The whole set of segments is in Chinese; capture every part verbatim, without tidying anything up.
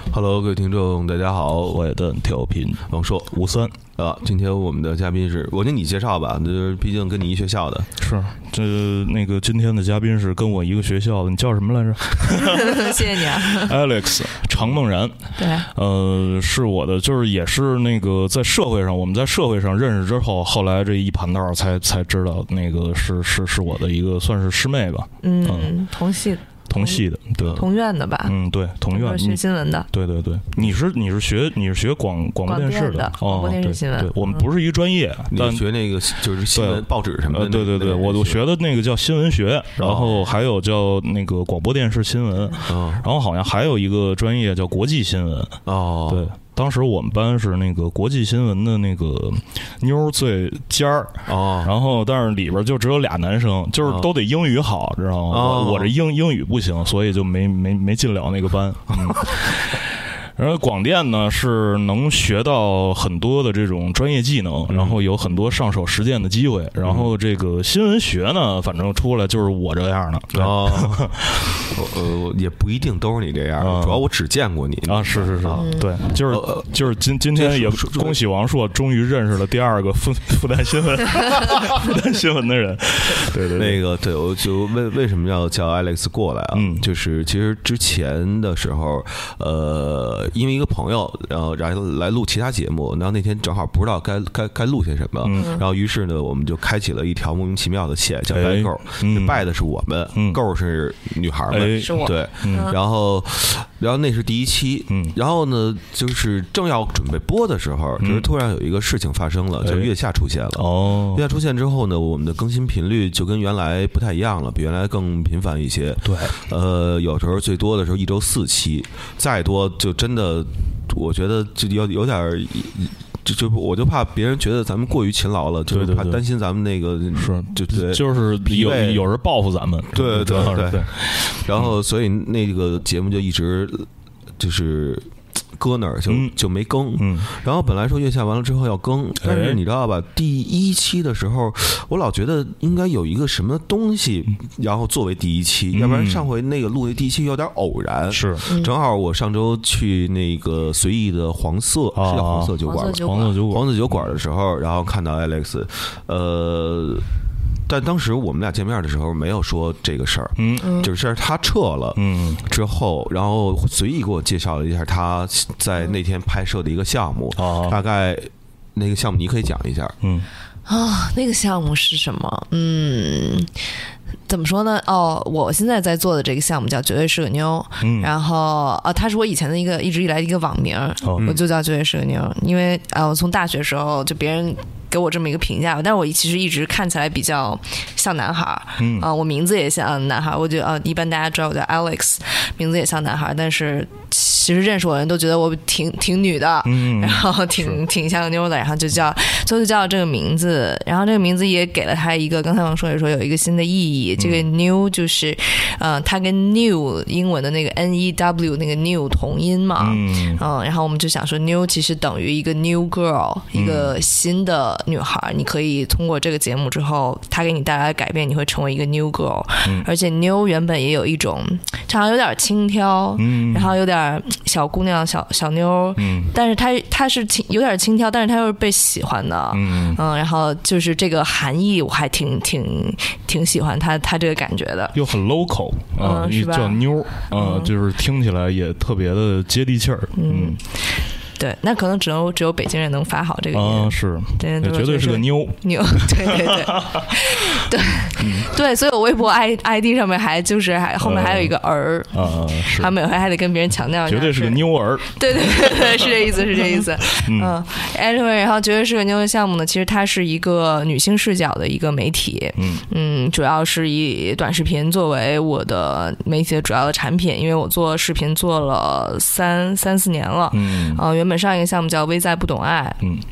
Hello， 各位听众，大家好， 我的调频王硕吴三啊。今天我们的嘉宾是，我听你介绍吧，这毕竟跟你一学校的。 是，这那个今天的嘉宾是跟我一个学校的，你叫什么来着？ 谢谢你啊 ，Alex 常梦然。 对， 呃，是我的，就是也是那个在社会上，我们在社会上认识之后，后来这一盘道才才知道，那个是是是我的一个算是师妹吧。 嗯，嗯同系。 同系的，对， 同院的吧？ 嗯，对，同院学新闻的， 对对对。你是你是学你是学广广播电视的，广播电视新闻。 对，我们不是一个专业，但学那个就是新闻报纸什么的。 对对对，我我学的那个叫新闻学，然后还有叫那个广播电视新闻，然后好像还有一个专业叫国际新闻。哦，对。当时我们班是那个国际新闻的那个妞最尖儿哦，然后但是里边就只有俩男生，就是都得英语好，知道吗？哦、我我这英英语不行，所以就没没没进了那个班。嗯然后广电呢是能学到很多的这种专业技能，然后有很多上手实践的机会。然后这个新闻学呢，反正出来就是我这样的。哦， 呃，也不一定都是你这样，主要我只见过你啊。是是是，对，就是就是今今天也恭喜王硕终于认识了第二个复复旦新闻复旦新闻的人。对对， 那个对，我就为为什么要叫 Alex 过来啊？嗯，就是其实之前的时候，呃。因为一个朋友，然后然后来录其他节目，然后那天正好不知道该该该录些什么，嗯、然后于是呢，我们就开启了一条莫名其妙的线，叫拜购，嗯、拜的是我们，嗯、购是女孩们， 哎、是我对，嗯、然后然后那是第一期，嗯、然后呢，就是正要准备播的时候，就是突然有一个事情发生了，嗯、就月下出现了，哦，月下出现之后呢，我们的更新频率就跟原来不太一样了，比原来更频繁一些， 对， 呃，有时候最多的时候一周四期，再多就真。真的，我觉得就有有点，就就我就怕别人觉得咱们过于勤劳了，就是怕担心咱们那个是就对， 就是有有人报复咱们， 对对对对。然后，所以那个节目就一直就是搁那儿，就就没更。嗯，然后本来说月下完了之后要更，但是你知道吧？第一期的时候，我老觉得应该有一个什么东西，然后作为第一期，要不然上回那个录的第一期有点偶然。 是， 正好我上周去那个随意的黄色，是叫黄色酒馆， 黄色酒馆， 黄色酒馆的时候，然后看到 Alex， 呃。但当时我们俩见面的时候没有说这个事儿，嗯，就是他撤了，嗯，之后，然后随意给我介绍了一下他在那天拍摄的一个项目，哦，大概那个项目你可以讲一下，嗯， 啊、哦，那个项目是什么？嗯。怎么说呢？哦，我现在在做的这个项目叫绝对是个妞，嗯，然后呃，它是我以前的一个一直以来的一个网名，哦、我就叫绝对是个妞，因为啊、呃，我从大学时候就别人给我这么一个评价，但是我其实一直看起来比较像男孩，嗯啊、呃，我名字也像男孩，我就啊、呃，一般大家知道我叫 Alex， 名字也像男孩，但是其实认识我的人都觉得我挺挺女的，嗯，然后挺挺像个妞的，然后就叫就叫这个名字，然后这个名字也给了他一个，刚才王硕也说有一个新的意义。这个 new 就是，呃，它跟 new 英文的那个 N E W 那个 new 同音嘛，嗯，嗯，然后我们就想说 new 其实等于一个 new girl， 一个新的女孩，嗯、你可以通过这个节目之后，它给你带来改变，你会成为一个 new girl，嗯、而且 new 原本也有一种，常常有点轻佻，嗯，然后有点小姑娘、小小妞，嗯，但是它它是轻有点轻佻，但是它又是被喜欢的，嗯嗯，然后就是这个含义我还挺挺挺喜欢它。他这个感觉的又很 local 啊， 嗯、 叫妞啊，就是听起来也特别的接地气儿，嗯。 对，那可能只有只有北京人能发好这个音啊，是， 对， 绝对是个妞妞，对对对对、嗯、对，所以我微博 I I D 上面还就是还后面还有一个儿啊，是，他每回还得跟别人强调一下， 绝对是个妞儿， 对对对对，是这意思，是这意思，嗯, 嗯 ，anyway， 然后绝对是个妞的项目呢，其实它是一个女性视角的一个媒体，嗯嗯，主要是以短视频作为我的媒体的主要的产品，因为我做视频做了三三四年了，嗯啊、呃，原本上一个项目叫微在不懂爱，嗯。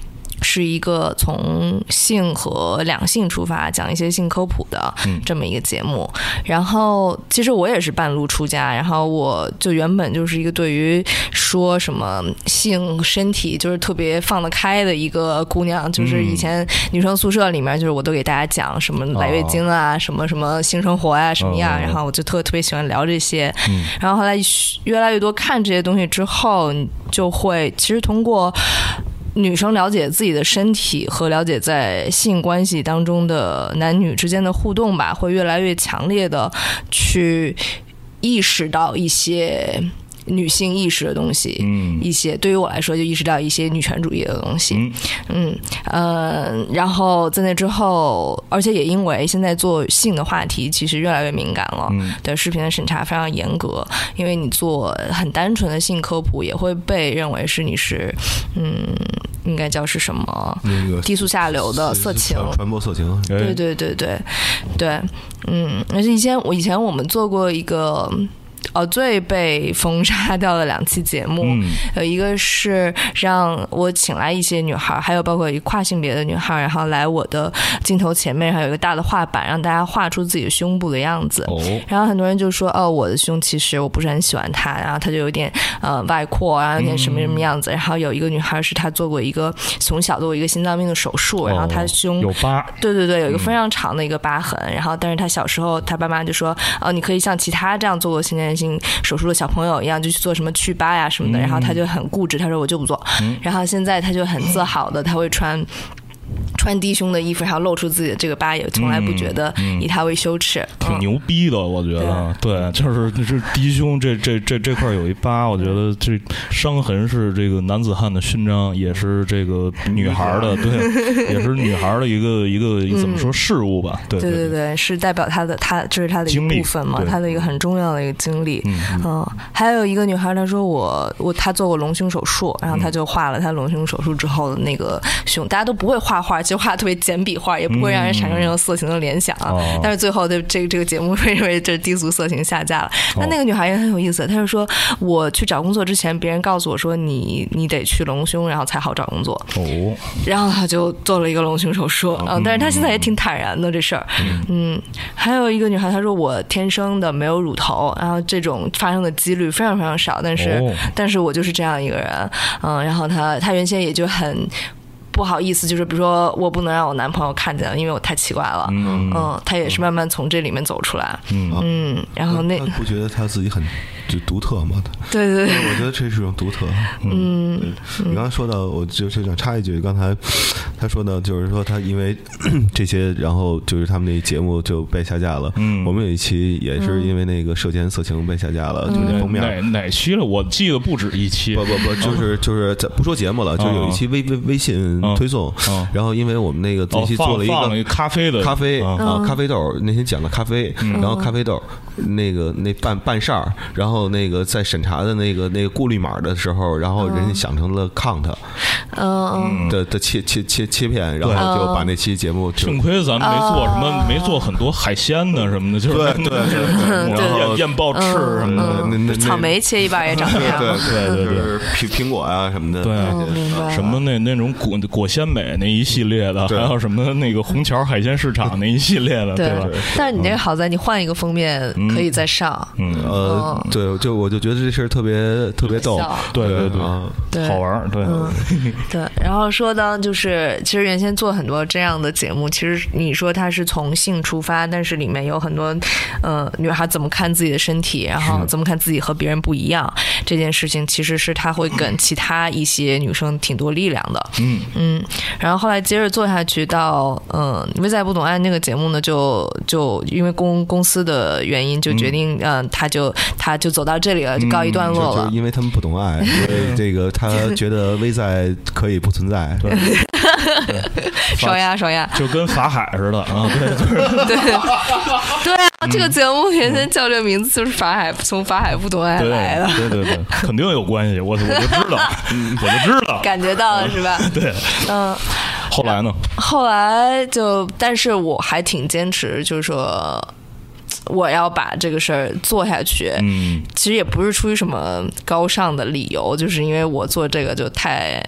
是一个从性和两性出发讲一些性科普的这么一个节目。然后其实我也是半路出家，然后我就原本就是一个对于说什么性身体就是特别放得开的一个姑娘，就是以前女生宿舍里面就是我都给大家讲什么来月经啊、哦、什么什么性生活啊什么样、哦、然后我就特特别喜欢聊这些、嗯、然后后来越来越多看这些东西之后，你就会其实通过女生了解自己的身体和了解在性关系当中的男女之间的互动吧，会越来越强烈的去意识到一些女性意识的东西，嗯，一些对于我来说就意识到一些女权主义的东西，嗯嗯呃，然后在那之后，而且也因为现在做性的话题其实越来越敏感了，嗯，对视频的审查非常严格，因为你做很单纯的性科普也会被认为是你是嗯应该叫是什么、那个、低俗下流的色情传播色情， 对对对对对，嗯，而且以前我以前我们做过一个。哦，最被封杀掉的两期节目，嗯、有一个是让我请来一些女孩，还有包括一跨性别的女孩，然后来我的镜头前面，还有一个大的画板，让大家画出自己的胸部的样子。哦、然后很多人就说，哦，我的胸其实我不是很喜欢它，然后它就有点呃外扩，然后有点什么什么样子。嗯、然后有一个女孩是她做过一个从小做过一个心脏病的手术，然后她胸、 哦、有疤， 对对对，有一个非常长的一个疤痕。嗯、然后但是她小时候，她爸妈就说，哦，你可以像其他这样做过先天性手术的小朋友一样，就去做什么祛疤呀什么的，然后他就很固执，他说我就不做，然后现在他就很自豪的，他会穿穿低胸的衣服，然后露出自己的这个疤，也从来不觉得以他为羞耻， 嗯嗯、挺牛逼的，我觉得。对，对就是这低胸这这这这块有一疤，我觉得这伤痕是这个男子汉的勋章，也是这个女孩的，对，也是女孩的一个一个怎么说事物吧？对对对对，是代表她的，她这是她的一部分嘛，她的一个很重要的一个经历。嗯，嗯还有一个女孩，她说我我她做过隆胸手术，然后她就画了她隆胸手术之后的那个胸，大家都不会画画。就画特别简笔画，也不会让人产生任何色情的联想、啊嗯、但是最后的这个这个节目被认为这低俗色情下架了。那、哦、那个女孩也很有意思，她就说我去找工作之前，别人告诉我说你你得去隆胸，然后才好找工作。哦，然后她就做了一个隆胸手术，嗯，但是她现在也挺坦然的这事儿。嗯, 嗯，还有一个女孩，她说我天生的没有乳头，然后这种发生的几率非常非常少，但是、哦、但是我就是这样一个人，嗯，然后她她原先也就很。不好意思，就是比如说我不能让我男朋友看见，因为我太奇怪了。嗯嗯，他也是慢慢从这里面走出来。嗯嗯，然后那他不觉得他自己很就独特吗？ 对对对， 我觉得这是种独特。嗯，嗯你刚才说到，我就就想插一句，刚才他说到，就是说他因为这些，然后就是他们那节目就被下架了。嗯，我们有一期也是因为那个涉嫌色情被下架了，嗯、就是封面哪哪期了？我记得不止一期。 不不不，就是就是不说节目了，就有一期微微微信。推送、嗯，然后因为我们那个这期做了一个、 哦、咖啡的咖啡、嗯、啊，咖啡豆那天讲的咖啡，嗯、然后咖啡豆那个那半半扇儿，然后那个在审查的那个那个过滤码的时候，然后人家想成了 count， 嗯的的切切切切片，然后就把那期节目幸亏咱们没做什么，没做很多海鲜的什么的，就是对对， 然后燕鲍翅什么的， 那那草莓切一半也长这样， 对对对对，苹苹果啊什么的， 对，什么那那种果果鲜美那一系列的，还有什么那个虹桥海鲜市场那一系列的，对吧？ 但是你这个好在你换一个封面可以再上， 嗯呃，对，就我就觉得这事儿特别特别逗， 对对对，好玩，对对。然后说呢，就是其实原先做很多这样的节目，其实你说它是从性出发，但是里面有很多呃女孩怎么看自己的身体，然后怎么看自己和别人不一样这件事情，其实是它会跟其他一些女生挺多力量的，嗯嗯。嗯，然后后来接着做下去到，嗯，微在不懂爱那个节目呢，就就因为公公司的原因，就决定，嗯，嗯他就他就走到这里了，就告一段落了。 嗯、就就因为他们不懂爱，所以这个他觉得微在可以不存在。对刷牙刷牙， 就跟法海似的啊！对对对对啊！这个节目原先叫这个名字就是法海，从法海不懂爱来的。 对对对，肯定有关系，我我就知道，我就知道， 感觉到了是吧？ 对，嗯。后来呢？ 后来就，但是我还挺坚持，就是说。我要把这个事儿做下去，嗯，其实也不是出于什么高尚的理由，就是因为我做这个就太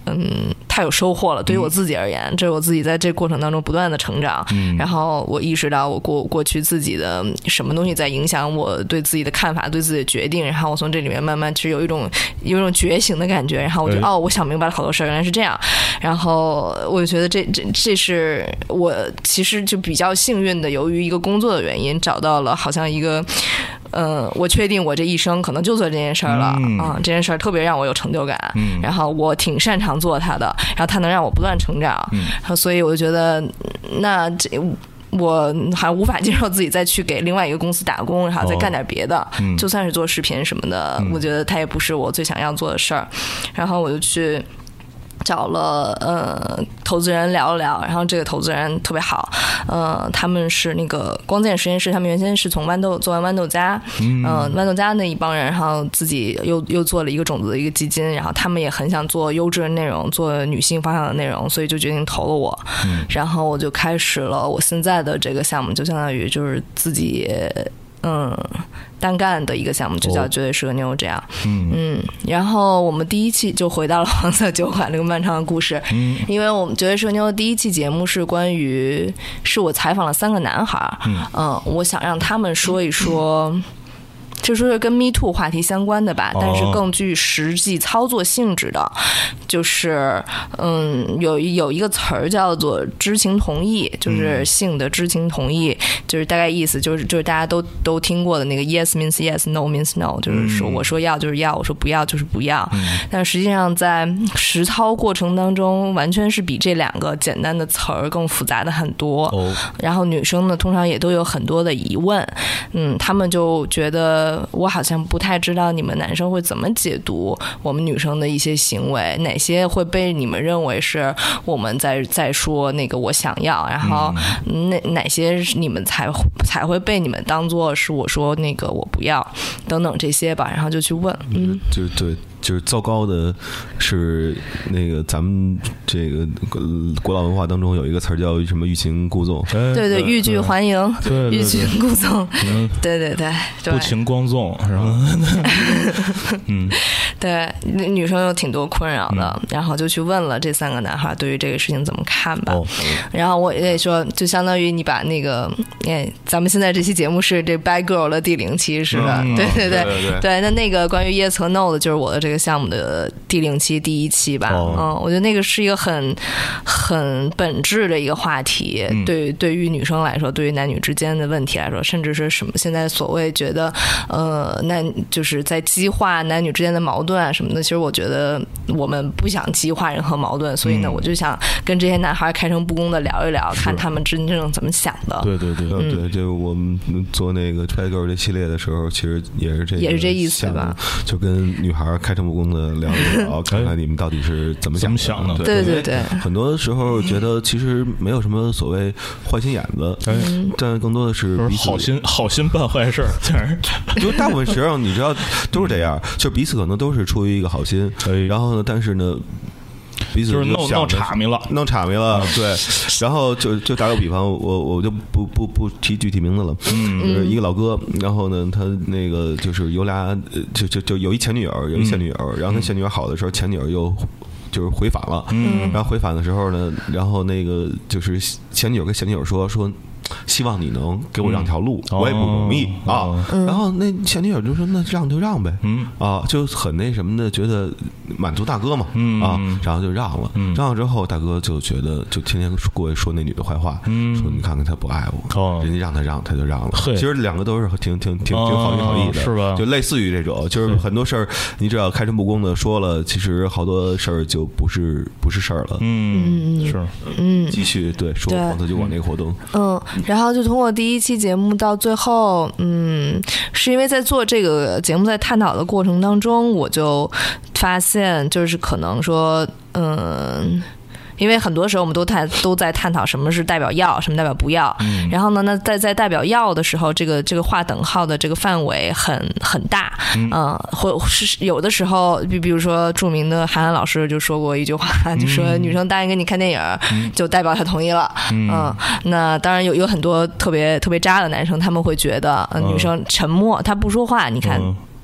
嗯太有收获了。对于我自己而言，这是我自己在这过程当中不断的成长。嗯，然后我意识到我过过去自己的什么东西在影响我对自己的看法，对自己的决定。然后我从这里面慢慢其实有一种有一种觉醒的感觉。然后我就、哎、哦，我想明白了好多事儿，原来是这样。然后我就觉得这这这是我其实就比较幸运的，由于一个工作的原因，找到了好像一个。呃，我确定我这一生可能就做这件事儿了、嗯、啊！这件事儿特别让我有成就感、嗯，然后我挺擅长做它的，然后它能让我不断成长，嗯、然后所以我就觉得，那这我还无法接受自己再去给另外一个公司打工，然后再干点别的，哦嗯、就算是做视频什么的、嗯，我觉得它也不是我最想要做的事儿，然后我就去。找了呃投资人聊了聊，然后这个投资人特别好，呃，他们是那个光剑实验室，他们原先是从豌豆做完豌豆荚，嗯、呃，豌豆荚那一帮人，然后自己又又做了一个种子的一个基金，然后他们也很想做优质的内容，做女性方向的内容，所以就决定投了我，嗯、然后我就开始了我现在的这个项目，就相当于就是自己嗯。单干的一个项目就叫绝对是个妞这样、哦、嗯嗯，然后我们第一期就回到了黄色酒馆这个漫长的故事，嗯，因为我们绝对是个妞的第一期节目是关于是我采访了三个男孩，嗯嗯，我想让他们说一说、嗯就说是跟 Me Too 话题相关的吧，但是更具实际操作性质的，就是嗯，有有一个词儿叫做知情同意，就是性的知情同意，就是大概意思就是就是大家都都听过的那个 Yes means yes, No means no， 就是说我说要就是要，我说不要就是不要。但实际上在实操过程当中，完全是比这两个简单的词儿更复杂的很多。然后女生呢，通常也都有很多的疑问，嗯，他们就觉得。我好像不太知道你们男生会怎么解读我们女生的一些行为，哪些会被你们认为是我们在在说那个我想要，然后哪哪些你们才才会被你们当做是我说那个我不要等等这些吧，然后就去问，嗯， 就对。就是糟糕的是那个咱们这个古老文化当中有一个词儿叫什么欲擒故纵， 对对，欲拒还迎，欲擒故纵，对对对， 不擒光纵是吧？嗯， 对，女生有挺多困扰的，然后就去问了这三个男孩对于这个事情怎么看吧。然后我也得说，就相当于你把那个，哎，咱们现在这期节目是这 Bad Girl 的第零期是吧？对对对对，那那个关于 Yes 和 No 的，就是我的这个项目的第零期第一期吧，哦、嗯，我觉得那个是一个很很本质的一个话题，嗯、对对于女生来说，对于男女之间的问题来说，甚至是什么现在所谓觉得呃，那就是在激化男女之间的矛盾啊什么的。其实我觉得我们不想激化任何矛盾，所以呢，嗯、我就想跟这些男孩开诚布公的聊一聊，看他们真正怎么想的。 对对对、 嗯、对，就我们做那个 Try Girl 这系列的时候，其实也是这个也是这意思吧， 就跟女孩开诚布公的聊一聊，看看你们到底是怎么想的。 想的对对对， 很多时候觉得其实没有什么所谓坏心眼子，嗯、但更多的是彼此好心好心办坏事， 就大部分时候你知道都是这样，就彼此可能都是出于一个好心，然后呢，但是呢。彼此就是弄弄岔迷了， 弄岔迷了，对。然后就就打个比方，我我就不不不提具体名字了，嗯，就是一个老哥，然后呢，他那个就是有俩，就就就有一前女友，有一现女友，然后跟现女友好的时候，前女友又。就是回返了，嗯，然后回返的时候呢，然后那个就是前女友跟前女友说说，希望你能给我让条路，嗯、我也不容易、哦、啊、嗯。然后那前女友就说那让就让呗，嗯啊，就很那什么的，觉得满足大哥嘛，嗯啊，然后就让了，嗯，让了之后大哥就觉得就天天过去说那女的坏话，嗯，说你看看他不爱我，哦，人家让他让他就让了，其实两个都是挺挺挺挺好心好意的， 是吧？ 就类似于这种，就是很多事儿你只要开诚布公的说了，其实好多事儿就不是不是事儿了。 嗯，是， 嗯， 继续对说黄色酒馆那个活动， 嗯，然后就通过第一期节目到最后，嗯，是因为在做这个节目在探讨的过程当中，我就发现就是可能说，嗯。因为很多时候我们都探都在探讨什么是代表要，什么代表不要。嗯、然后呢，那在在代表要的时候，这个这个划等号的这个范围很很大。嗯，呃、或是有的时候，比比如说著名的韩寒老师就说过一句话，就说女生答应跟你看电影，嗯、就代表她同意了。嗯，呃、那当然有有很多特别特别渣的男生，他们会觉得、呃、女生沉默，她不说话，你看。嗯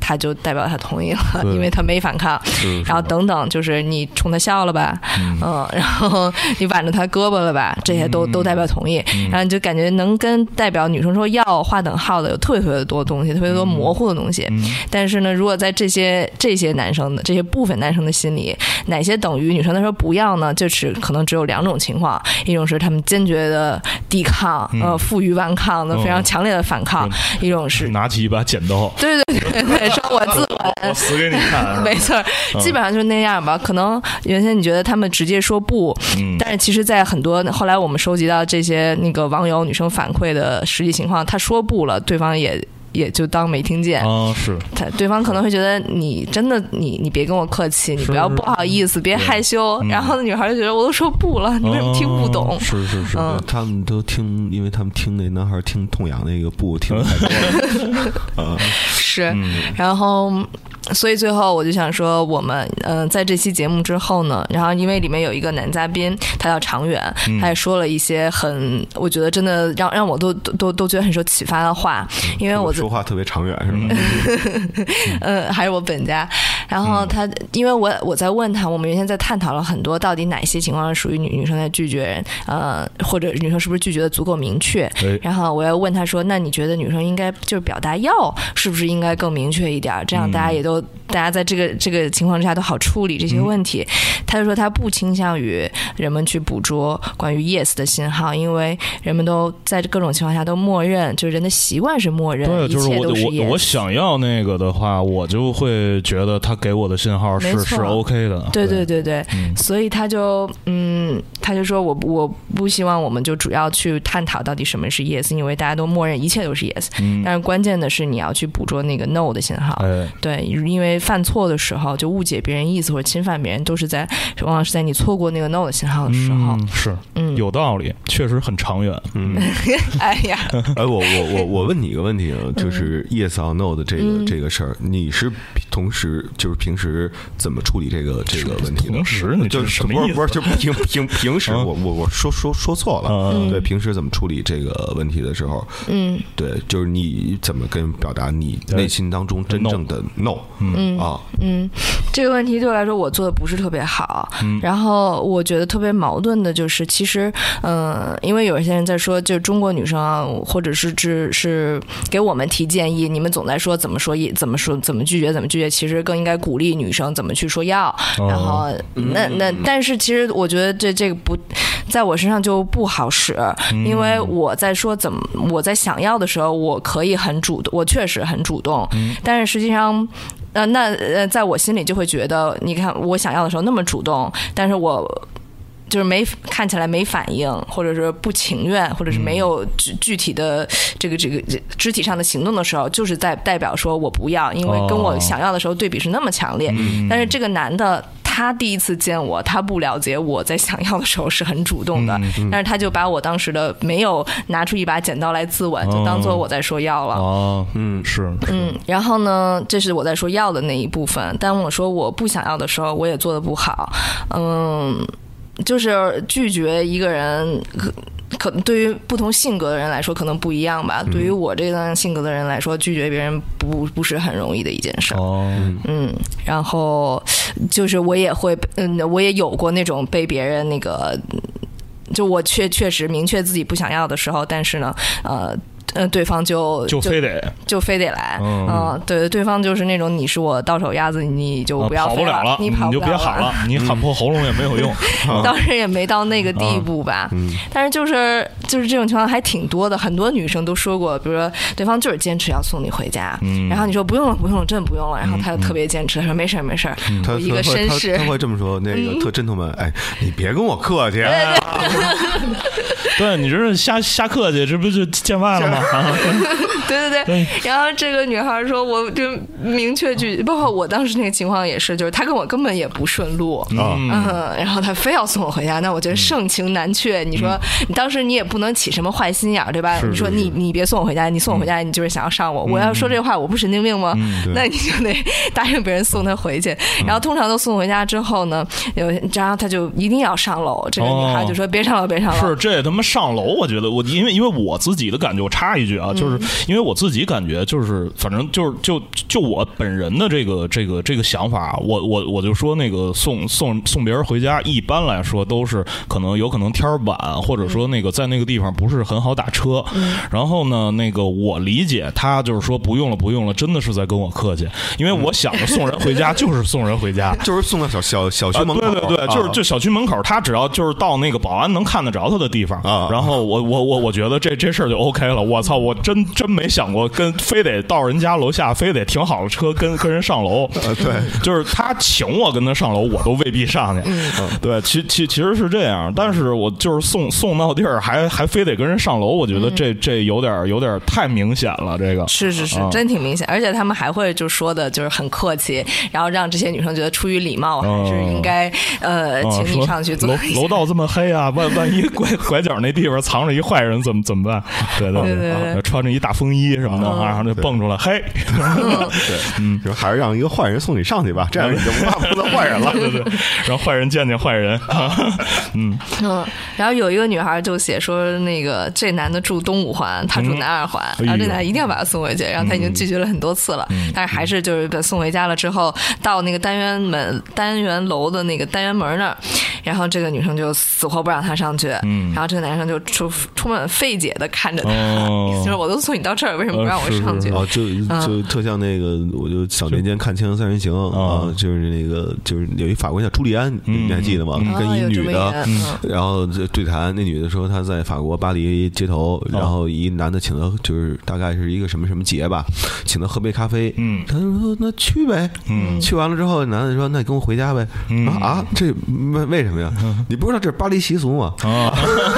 他就代表他同意了，因为他没反抗。然后等等，就是你冲他笑了吧，嗯，嗯然后你挽着他胳膊了吧，这些都、嗯、都代表同意。然后你就感觉能跟代表女生说要划等号的有特别特别多东西，特别多模糊的东西。嗯、但是呢，如果在这些这些男生的这些部分男生的心里，哪些等于女生他说不要呢？就是可能只有两种情况，一种是他们坚决的抵抗，嗯、呃，负隅顽抗的非常强烈的反抗，嗯、一种是拿起一把剪刀， 对对对对，说我自刎， 我死给你看， 没错，基本上就是那样吧。可能原先你觉得他们直接说不，嗯、但是其实，在很多后来我们收集到这些那个网友女生反馈的实际情况，他说不了，对方也。也就当没听见啊，是他对方可能会觉得你真的你你别跟我客气，你不要不好意思，别害羞。然后女孩就觉得我都说不了，你为什么听不懂？ 是是是， 嗯，他们都听，因为他们听那男孩听痛痒那个不听太多了， 嗯，是，然后。所以最后我就想说，我们嗯、呃，在这期节目之后呢，然后因为里面有一个男嘉宾，他叫常远，他也说了一些很，我觉得真的让让我都都都觉得很受启发的话，因为我说话特别长远是吧？ 嗯，还是我本家。然后他，因为我我在问他，我们原先在探讨了很多，到底哪些情况是属于女女生在拒绝人，呃，或者女生是不是拒绝的足够明确？然后我要问他说，那你觉得女生应该就是表达要是不是应该更明确一点？这样大家也都。大家在这个这个情况之下都好处理这些问题。嗯、他就说他不倾向于人们去捕捉关于 yes 的信号，因为人们都在各种情况下都默认，就是人的习惯是默认， 对，就是我一切都是 yes。 我我想要那个的话，我就会觉得他给我的信号是是 OK 的。 对对对对，嗯、所以他就嗯，他就说我我不希望我们就主要去探讨到底什么是 yes， 因为大家都默认一切都是 yes，嗯、但是关键的是你要去捕捉那个 no 的信号。哎、对，因为犯错的时候就误解别人意思或者侵犯别人，都是在往往是在你错过那个 no 的信号的时候。 嗯、是，嗯，有道理，确实很长远。 嗯， 哎呀， 哎，我我我我问你一个问题啊，就是 yes or no 的这个、嗯、这个事儿，你是同时就是平时怎么处理这个这个问题的？ 同时你就是什么意思？ 不是，就平平平时我我我说说说错了。嗯、对，平时怎么处理这个问题的时候，嗯，对，就是你怎么跟表达你内心当中真正的 no， 嗯啊。嗯，这个问题对我来说我做的不是特别好，嗯、然后我觉得特别矛盾的就是，其实，嗯、呃，因为有一些人在说，就中国女生啊，或者是只是给我们提建议，你们总在说怎么说怎么说怎么拒绝怎么拒绝，其实更应该鼓励女生怎么去说要，哦、然后那那但是其实我觉得这这个不在我身上就不好使，嗯、因为我在说怎么我在想要的时候，我可以很主动，我确实很主动，嗯、但是实际上。呃，那呃，在我心里就会觉得，你看我想要的时候那么主动，但是我就是没看起来没反应，或者是不情愿，或者是没有具具体的这个这个肢体上的行动的时候，就是在代表说我不要，因为跟我想要的时候对比是那么强烈。哦、但是这个男的。他第一次见我，他不了解我在想要的时候是很主动的，嗯嗯、但是他就把我当时的没有拿出一把剪刀来自刎，就当做我在说要了。 哦，嗯，是， 嗯，然后呢，这是我在说要的那一部分。但我说我不想要的时候，我也做得不好。嗯，就是拒绝一个人。可能对于不同性格的人来说可能不一样吧。嗯、对于我这样性格的人来说，拒绝别人不不是很容易的一件事。哦，嗯，然后就是我也会，嗯，我也有过那种被别人那个，就我确确实明确自己不想要的时候，但是呢，呃。呃，对方就就非得就非得来，嗯、呃，对，对方就是那种你是我到手鸭子，你就不要飞了， 了， 你跑不了了， 你就别喊了，你喊破喉咙也没有用。 当然也没到那个地步吧，嗯、但是就是就是这种情况还挺多的，很多女生都说过，比如说对方就是坚持要送你回家，嗯、然后你说不用了不用了，真的不用了，然后他就特别坚持，他说没事没事， 嗯、 我一个绅士， 他会这么说，那个特真他们，哎，你别跟我客气。 对，你这是瞎瞎客气，这不就见外了吗？ 对对对，然后这个女孩说，我就明确拒，包括我当时那个情况也是，就是她跟我根本也不顺路，嗯，嗯然后她非要送我回家，那我觉得盛情难却。你说，你当时你也不能起什么坏心眼，对吧？你说你你别送我回家，你送我回家，你就是想要上我。我要说这话，我不神经病吗？那你就得答应别人送她回去。然后通常都送回家之后呢，有然后她就一定要上楼。这个女孩就说别上楼，别上楼。 是这他妈上楼，我觉得我因为因为我自己的感觉，我插插一句啊，就是因为我自己感觉就是反正就是就就我本人的这个这个这个想法，我我我就说那个送送送别人回家，一般来说都是可能有可能天晚，或者说那个在那个地方不是很好打车，然后呢那个我理解他就是说不用了不用了，真的是在跟我客气，因为我想着送人回家就是送人回家， 就是送到小小小区门口， 啊、对对对，就是就小区门口，他只要就是到那个保安能看得着他的地方啊，然后我我我我觉得这这事儿就 OK 了。我操，我真真没想过跟非得到人家楼下，非得停好了车跟跟人上楼。 呃，对， 就是他请我跟他上楼，我都未必上去。嗯，对，其其其实是这样，但是我就是送送到地儿，还还非得跟人上楼，我觉得这这有点有点太明显了。这个是是是， 啊、 真挺明显，而且他们还会就说的就是很客气，然后让这些女生觉得出于礼貌还是应该、嗯、呃请你上去坐一下。 楼楼道这么黑啊，万万一拐拐角那地方藏着一坏人怎么怎么办？对对对 对, 对, 对，穿着一大风衣什么的，嗯、然后就蹦出来，嘿， 对，嗯，就还是让一个坏人送你上去吧，这样你就不怕碰到坏人了， 对对，让坏人见见坏人， 嗯嗯，然后有一个女孩就写说，那个这男的住东五环，他住南二环，嗯、然后这男的一定要把他送回去，然后他已经拒绝了很多次了，嗯、但是还是就是被送回家了之后，到那个单元门单元楼的那个单元门那儿，然后这个女生就死活不让他上去，嗯、然后这个男生就出充满费解的看着他，哦、就是我都送你到这儿，为什么不让我上去？ 哦，就就特像那个，我就早年间看《锵锵三人行》啊，就是那个就是有一法国人叫朱利安，你还记得吗？跟一女的，然后对谈，那女的说她在法国巴黎街头，然后一男的请她，就是大概是一个什么什么节吧，请她喝杯咖啡，嗯，她就说那去呗，嗯，去完了之后，男的说那你跟我回家呗，啊，这为为什么呀？你不知道这是巴黎习俗吗？啊，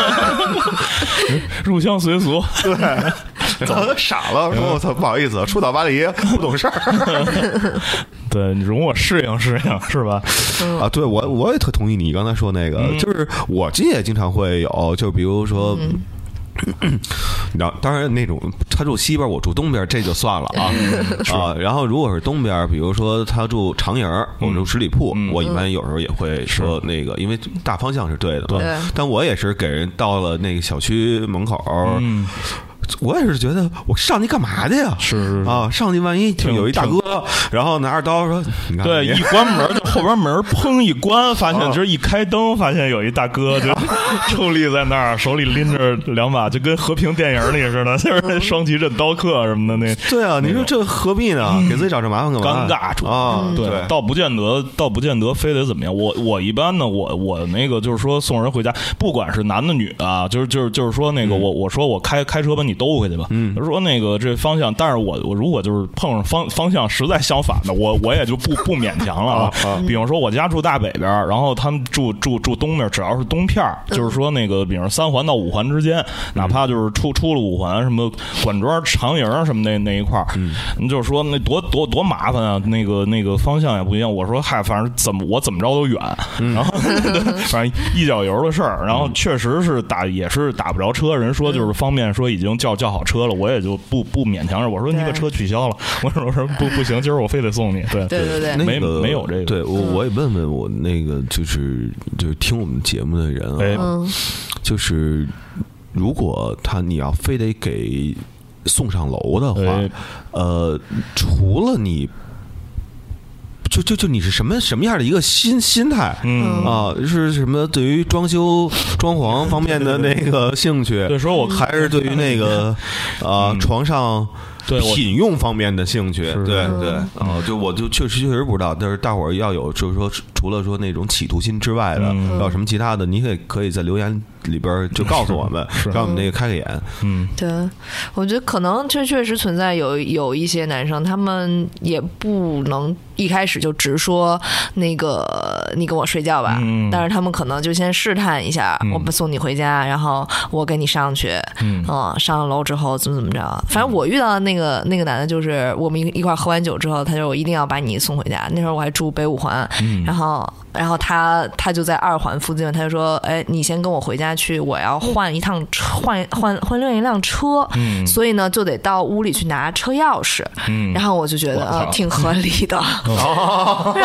入乡随俗， 对。早就傻了，说我操，不好意思，初到巴黎不懂事儿。 对，你容我适应适应，是吧？ 啊，对我我也特同意你刚才说那个，嗯、就是我这也经常会有，就比如说。嗯你知道，当然那种他住西边，我住东边，这就算了啊、嗯、啊。然后如果是东边，比如说他住长营，我住十里铺，嗯、我一般有时候也会说那个，因为大方向是对的嘛。对，但我也是给人到了那个小区门口。嗯，我也是觉得我上去干嘛去呀？ 是啊，上去万一就有一大哥，然后拿着刀说，你看， 对，一关门就后边门砰一关，发现就是一开灯，发现有一大哥就矗立在那儿，手里拎着两把，就跟和平电影里似的，就是双旗镇刀客什么的那。 对啊，你说这何必呢？给自己找这麻烦干嘛？ 尴尬处啊， 对，倒不见得，倒不见得非得怎么样。我我一般呢，我我那个就是说送人回家，不管是男的女的啊，就是就是就是说那个我我说我开开车把你兜回去吧。嗯，说那个这方向，但是我我如果就是碰上方方向实在相反的，我我也就不不勉强了啊。比方说我家住大北边，然后他们住住住东边，只要是东片，就是说那个比如三环到五环之间，哪怕就是出出了五环，什么管庄长营什么那那一块儿，嗯，你就是说那多多多麻烦啊，那个那个方向也不一样。我说嗨，反正怎么我怎么着都远，然后反正一脚油的事儿，然后确实是打也是打不着车，人说就是方便说已经叫叫好车了，我也就不不勉强着。我说你把车取消了，我说我说不不行，今儿我非得送你。对对对对， 没、 那个、 没有这个。 对我我也问问我那个就是就是听我们节目的人啊，哎、就是如果他你要非得给送上楼的话，哎、呃，除了你。就就就你是什么什么样的一个心心态？嗯啊，是什么？对于装修装潢方面的那个兴趣？ 对，说我还是对于那个啊、呃、床上品用方面的兴趣？对对啊，就我就确实确实不知道，但是大伙儿要有就是说，除了说那种企图心之外的，嗯、要什么其他的，你可以可以在留言里边就告诉我们，让我们那个开个眼。 嗯，对，我觉得可能这确实存在有有一些男生，他们也不能一开始就直说那个你跟我睡觉吧，嗯、但是他们可能就先试探一下，嗯、我不送你回家，然后我跟你上去，嗯，嗯上了楼之后怎么怎么着，反正我遇到的那个那个男的，就是我们一一块喝完酒之后，他就我一定要把你送回家。那时候我还住北五环，嗯、然后然后他他就在二环附近，他就说，哎，你先跟我回家去，我要换一趟车，换换换另一辆车，嗯、所以呢就得到屋里去拿车钥匙，嗯、然后我就觉得啊、呃、挺合理的，哦、然后我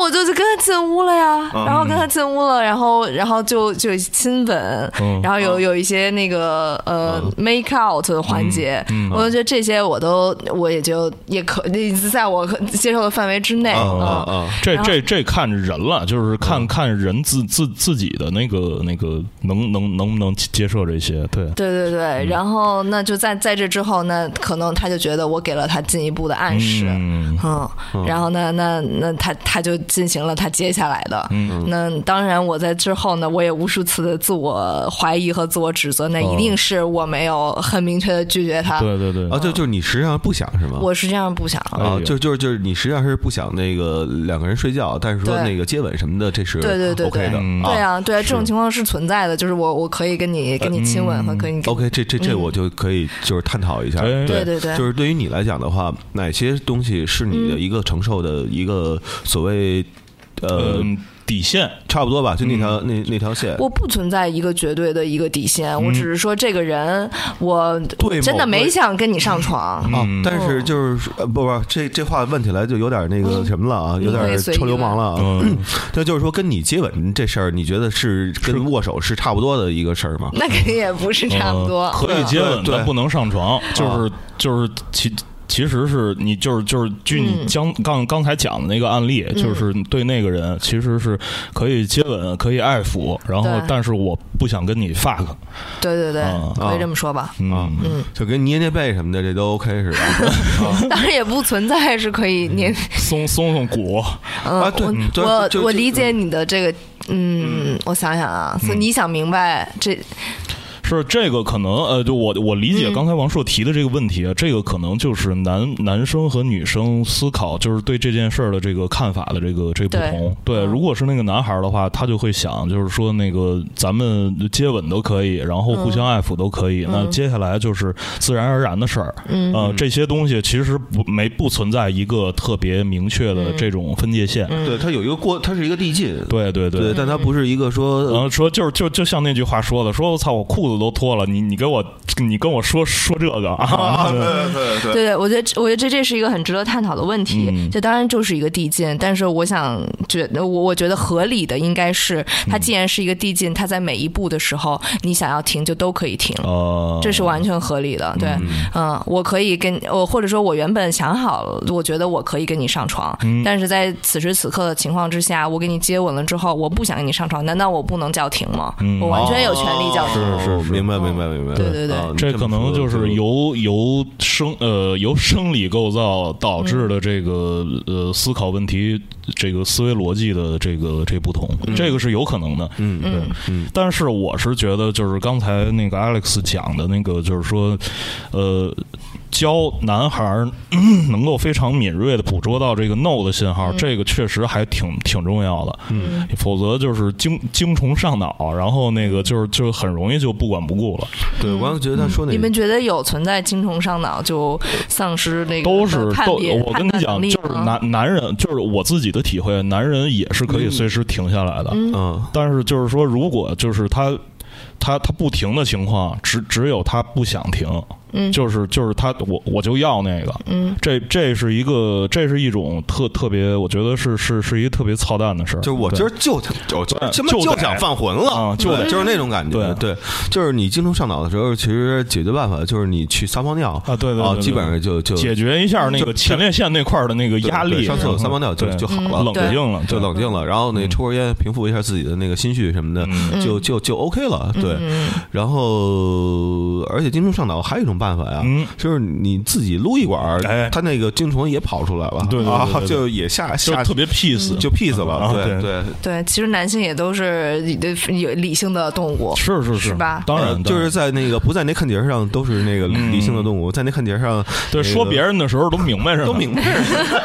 我就就跟他进屋了呀，然后跟他进屋了，然后然后就就亲吻，然后有有一些那个呃 make out 的环节，我就觉得这些我都我也就也可在我接受的范围之内啊。 这这这看人了，就是看看人自自自己的那个那个能能能不能接受这些，对对对对，然后那就在在这之后，那可能他就觉得我给了他进一步的暗示，嗯，嗯然后呢，那那他他就进行了他接下来的，嗯，那当然我在之后呢，我也无数次的自我怀疑和自我指责，那一定是我没有很明确的拒绝他， 对对对， 啊，就就是你实际上不想是吗？ 我实际上不想啊，就就是就是你实际上是不想那个两个人睡觉，但是说那个接吻什么的，这是对对对 OK 的， 对啊对啊，这种情况是存在的，就是我我可以跟你跟你亲吻和跟你 OK， 这这这我就可以就是探讨一下，对对对， 就是对于你来讲的话，哪些东西是你的一个承受的一个所谓呃。 底线差不多吧，就那条、嗯、那那条线， 我不存在一个绝对的一个底线，嗯、我只是说这个人，我真的没想跟你上床。 啊、嗯，但是就是呃不不，这这话问起来就有点那个什么了啊，嗯、有点臭流氓了啊。嗯，那就是说跟你接吻这事儿，你觉得是跟握手是差不多的一个事儿吗？ 那肯定也不是差不多， 呃、可以接吻，但不能上床，就是就是其。其实是你就是就是据你刚刚刚才讲的那个案例，嗯、就是对那个人其实是可以接吻，可以爱抚，然后但是我不想跟你 fuck。 对对对，嗯、可以这么说吧。 嗯嗯，就跟捏捏背什么的，这都 OK 是吧？ 当然也不存在是可以捏松松松骨。 嗯，啊、对我我我理解你的这个，嗯，我想想啊，所以你想明白这。 是这个可能呃，就我我理解刚才王硕提的这个问题啊，嗯、这个可能就是男男生和女生思考，就是对这件事儿的这个看法的这个这个不同。对，对嗯、如果是那个男孩的话，他就会想，就是说那个咱们接吻都可以，然后互相爱抚都可以，嗯、那接下来就是自然而然的事儿。嗯，呃，这些东西其实不没不存在一个特别明确的这种分界线。 嗯、对，它有一个过，它是一个递进。 对对 对, 对，但它不是一个说， 呃，说就是就就像那句话说的，说我操，我裤子都脱了，你你给我你跟我说说这个啊？ 对对对对对，我觉得我觉得这这是一个很值得探讨的问题。嗯、这当然就是一个递进，但是我想觉得我我觉得合理的应该是，它既然是一个递进，它在每一步的时候，你想要停就都可以停， 哦、 这是完全合理的。对，嗯，嗯我可以跟我或者说我原本想好了，我觉得我可以跟你上床，嗯、但是在此时此刻的情况之下，我跟你接吻了之后，我不想跟你上床，难道我不能叫停吗？嗯、我完全有权利叫停。 哦、是是，明白明白明白。 对对对， 啊、 这可能就是由由生呃由生理构造导致的这个、嗯、呃思考问题这个思维逻辑的这个这不同，嗯、这个是有可能的。 嗯， 对。 嗯， 但是我是觉得，就是刚才那个 Alex 讲的那个，就是说，呃。教男孩能够非常敏锐的捕捉到这个 no 的信号，嗯、这个确实还挺挺重要的。 嗯， 否则就是精精虫上脑，然后那个就是就很容易就不管不顾了。 对，我刚觉得他说那个， 你们觉得有存在精虫上脑就丧失那个都是都，我跟你讲， 就是男男人，就是我自己的体会，男人也是可以随时停下来的。 嗯， 但是就是说，如果就是他他他不停的情况，只只有他不想停。 嗯， 就是就是他，我我就要那个， 嗯， 这这是一个，这是一种特特别，我觉得是是是一个特别操蛋的事儿。 就是我今儿就就就就就想犯浑了啊，就就是那种感觉。 对对，就是你精虫上脑的时候，其实解决办法就是你去撒泡尿啊，对对啊，基本上就就解决一下那个前列腺那块的那个压力， 上厕所撒泡尿就就好了， 冷静了， 就冷静了。然后那抽根烟，平复一下自己的那个心绪什么的，就就就 OK 了。对，然后而且精虫上脑还有一种办法呀。就是你自己撸一管，哎，他那个精虫也跑出来了， 对啊，就也下下特别 peace， 就 peace 了，对对对。其实男性也都是有理性的动物， 是是是吧？ 当然， 就是在那个不在那看节上都是那个理性的动物，在那看节上， 对说别人的时候都明白着， 都明白着。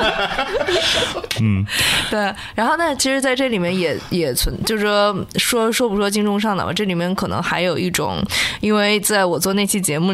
嗯， 对。然后呢，其实在这里面也也存，就是说说说不说精虫上脑，这里面可能还有一种，因为在我做那期节目里面，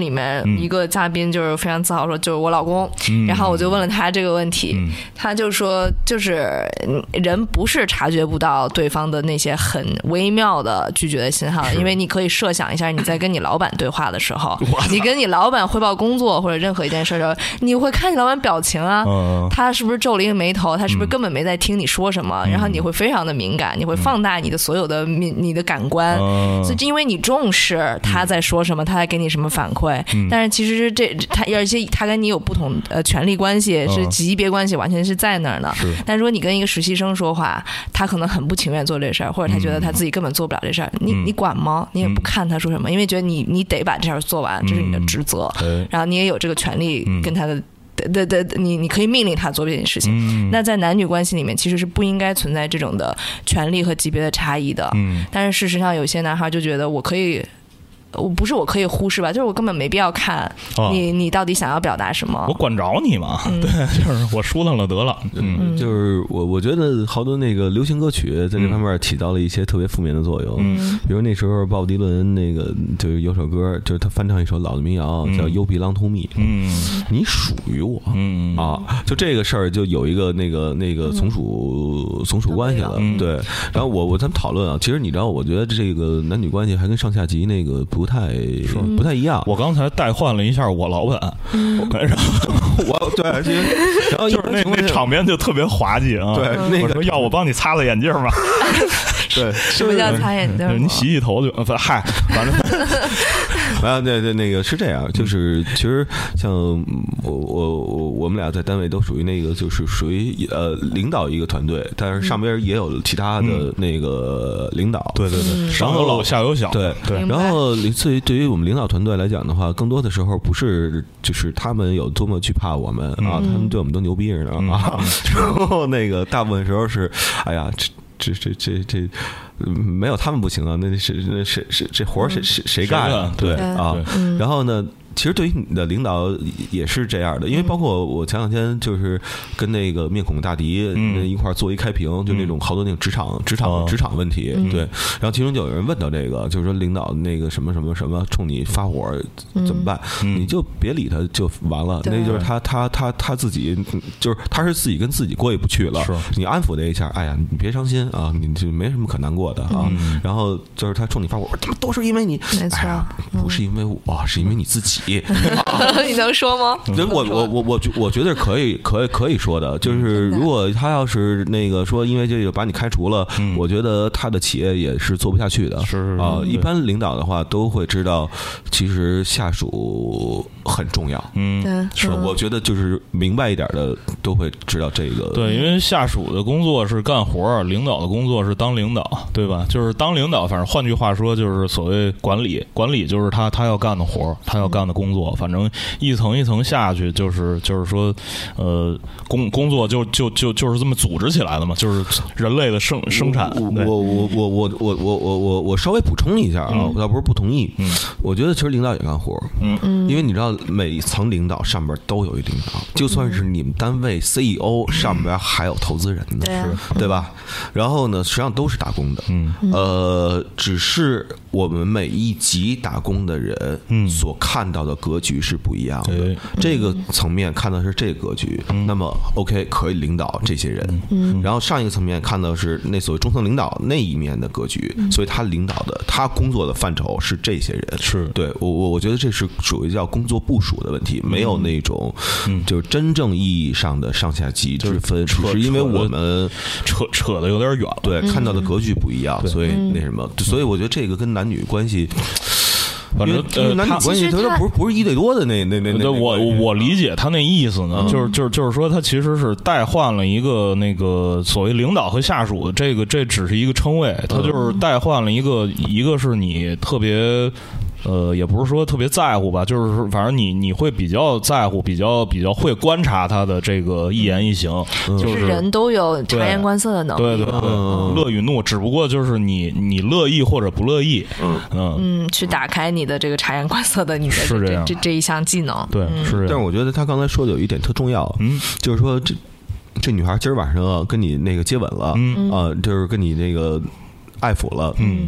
一个嘉宾就是非常自豪说就是我老公，嗯、然后我就问了他这个问题，嗯、他就说就是人不是察觉不到对方的那些很微妙的拒绝的信号，因为你可以设想一下你在跟你老板对话的时候，你跟你老板汇报工作或者任何一件事的时候，你会看你老板表情啊，嗯、他是不是皱了一个眉头，他是不是根本没在听你说什么，嗯、然后你会非常的敏感，你会放大你的所有的你你的感官，嗯、所以因为你重视他在说什么，他在给你什么反馈，嗯、但是其实这他而且他跟你有不同呃权力关系，是级别关系完全是在那儿的。但如果你跟一个实习生说话，他可能很不情愿做这事儿，或者他觉得他自己根本做不了这事儿，嗯、你你管吗？你也不看他说什么，因为觉得你你得把这事儿做完，这是你的职责，嗯、然后你也有这个权利跟他的。对对，你你可以命令他做这件事情。嗯、那在男女关系里面，其实是不应该存在这种的权利和级别的差异的。嗯、但是事实上，有些男孩就觉得我可以。我不是我可以忽视吧，就是我根本没必要看你、哦、你到底想要表达什么， 我管着你嘛、嗯、对，就是我疏腾了得了。 嗯，就是我我觉得好多那个流行歌曲在这方面起到了一些特别负面的作用。嗯，比如那时候鲍勃迪伦那个就是有首歌，就是他翻唱一首老的民谣，叫 You Belong to Me。嗯，你属于我。嗯啊，就这个事儿就有一个那个那个从属、嗯、从属关系了。嗯、对，然后我我咱们讨论啊，其实你知道，我觉得这个男女关系还跟上下级那个不太不太一样。 我刚才代换了一下我老板，嗯、然后我对，然后就是那那场面就特别滑稽啊。 对，那个我说要我帮你擦擦眼镜吗？ 对， 什么叫擦眼镜？ 你洗洗头就嗨，反正完了，对对，那个是这样，就是其实像我我我我们俩在单位都属于那个，就是属于呃领导一个团队，但是上边也有其他的那个领导。 对对对，上有老下有小。 对对，然后对于对于我们领导团队来讲的话，更多的时候不是就是他们有多么惧怕我们啊，他们对我们都牛逼着呢啊，然后那个大部分时候是，哎呀，这这这这这。没有他们不行啊，那是那是是这活儿谁谁谁干啊？对啊，然后呢？其实对于你的领导也是这样的，因为包括我前两天就是跟那个面孔大迪一块做一开屏，就那种好多那种职场职场职场问题，对。然后其中就有人问到这个，就是说领导那个什么什么什么冲你发火怎么办？你就别理他就完了，那就是他他他他自己就是他是自己跟自己过意不去了，你安抚他一下，哎呀，你别伤心啊，你就没什么可难过的啊。然后就是他冲你发火，他妈都是因为你， 没错， 不是因为我，是因为你自己。 你能说吗？ 我我我我我觉得可以可以可以说的，就是如果他要是那个说因为这个把你开除了，嗯、我觉得他的企业也是做不下去的。 是啊、呃，一般领导的话都会知道，其实下属很重要。 嗯， 是，我觉得就是明白一点的都会知道这个。 对，因为下属的工作是干活，领导的工作是当领导，对吧？就是当领导，反正换句话说就是所谓管理，管理就是他他要干的活，他要干的工作，反正一层一层下去，就是就是说，呃，工工作就就就就是这么组织起来的嘛，就是人类的生生产。 我我我我我我我我我我稍微补充一下啊，我倒不是不同意，嗯，我觉得其实领导也干活，嗯嗯，因为你知道每一层领导上边都有一领导，就算是你们单位 C E O 上边还有投资人呢，是，对吧？然后呢，实际上都是打工的，嗯，呃，只是我们每一级打工的人，嗯，所看到的格局是不一样的。这个层面看到是这个格局，那么 OK 可以领导这些人，嗯，然后上一个层面看到是那所谓中层领导那一面的格局，所以他领导的他工作的范畴是这些人，是对我我我觉得这是属于叫工作部署的问题，没有那种就是真正意义上的上下级之分，只是因为我们扯扯的有点远了， 对，看到的格局不一样，所以那什么，所以我觉得这个跟男女关系。 反正呃， 男女关系他都不是不是一对多的那那那那。 我我理解他那意思呢，就是就是就是说，他其实是代换了一个那个所谓领导和下属的这个，这只是一个称谓，他就是代换了一个，一个是你特别。呃，也不是说特别在乎吧，就是反正你你会比较在乎，比较比较会观察他的这个一言一行，嗯、就是人都有察言观色的能力， 对对对，嗯、乐与怒，只不过就是你你乐意或者不乐意，嗯嗯嗯，去打开你的这个察言观色的你的是这样这这一项技能， 对， 嗯、 是这样。 但是我觉得他刚才说的有一点特重要，嗯，就是说这这女孩今儿晚上跟你那个接吻了，嗯啊、呃，就是跟你那个爱抚了，嗯。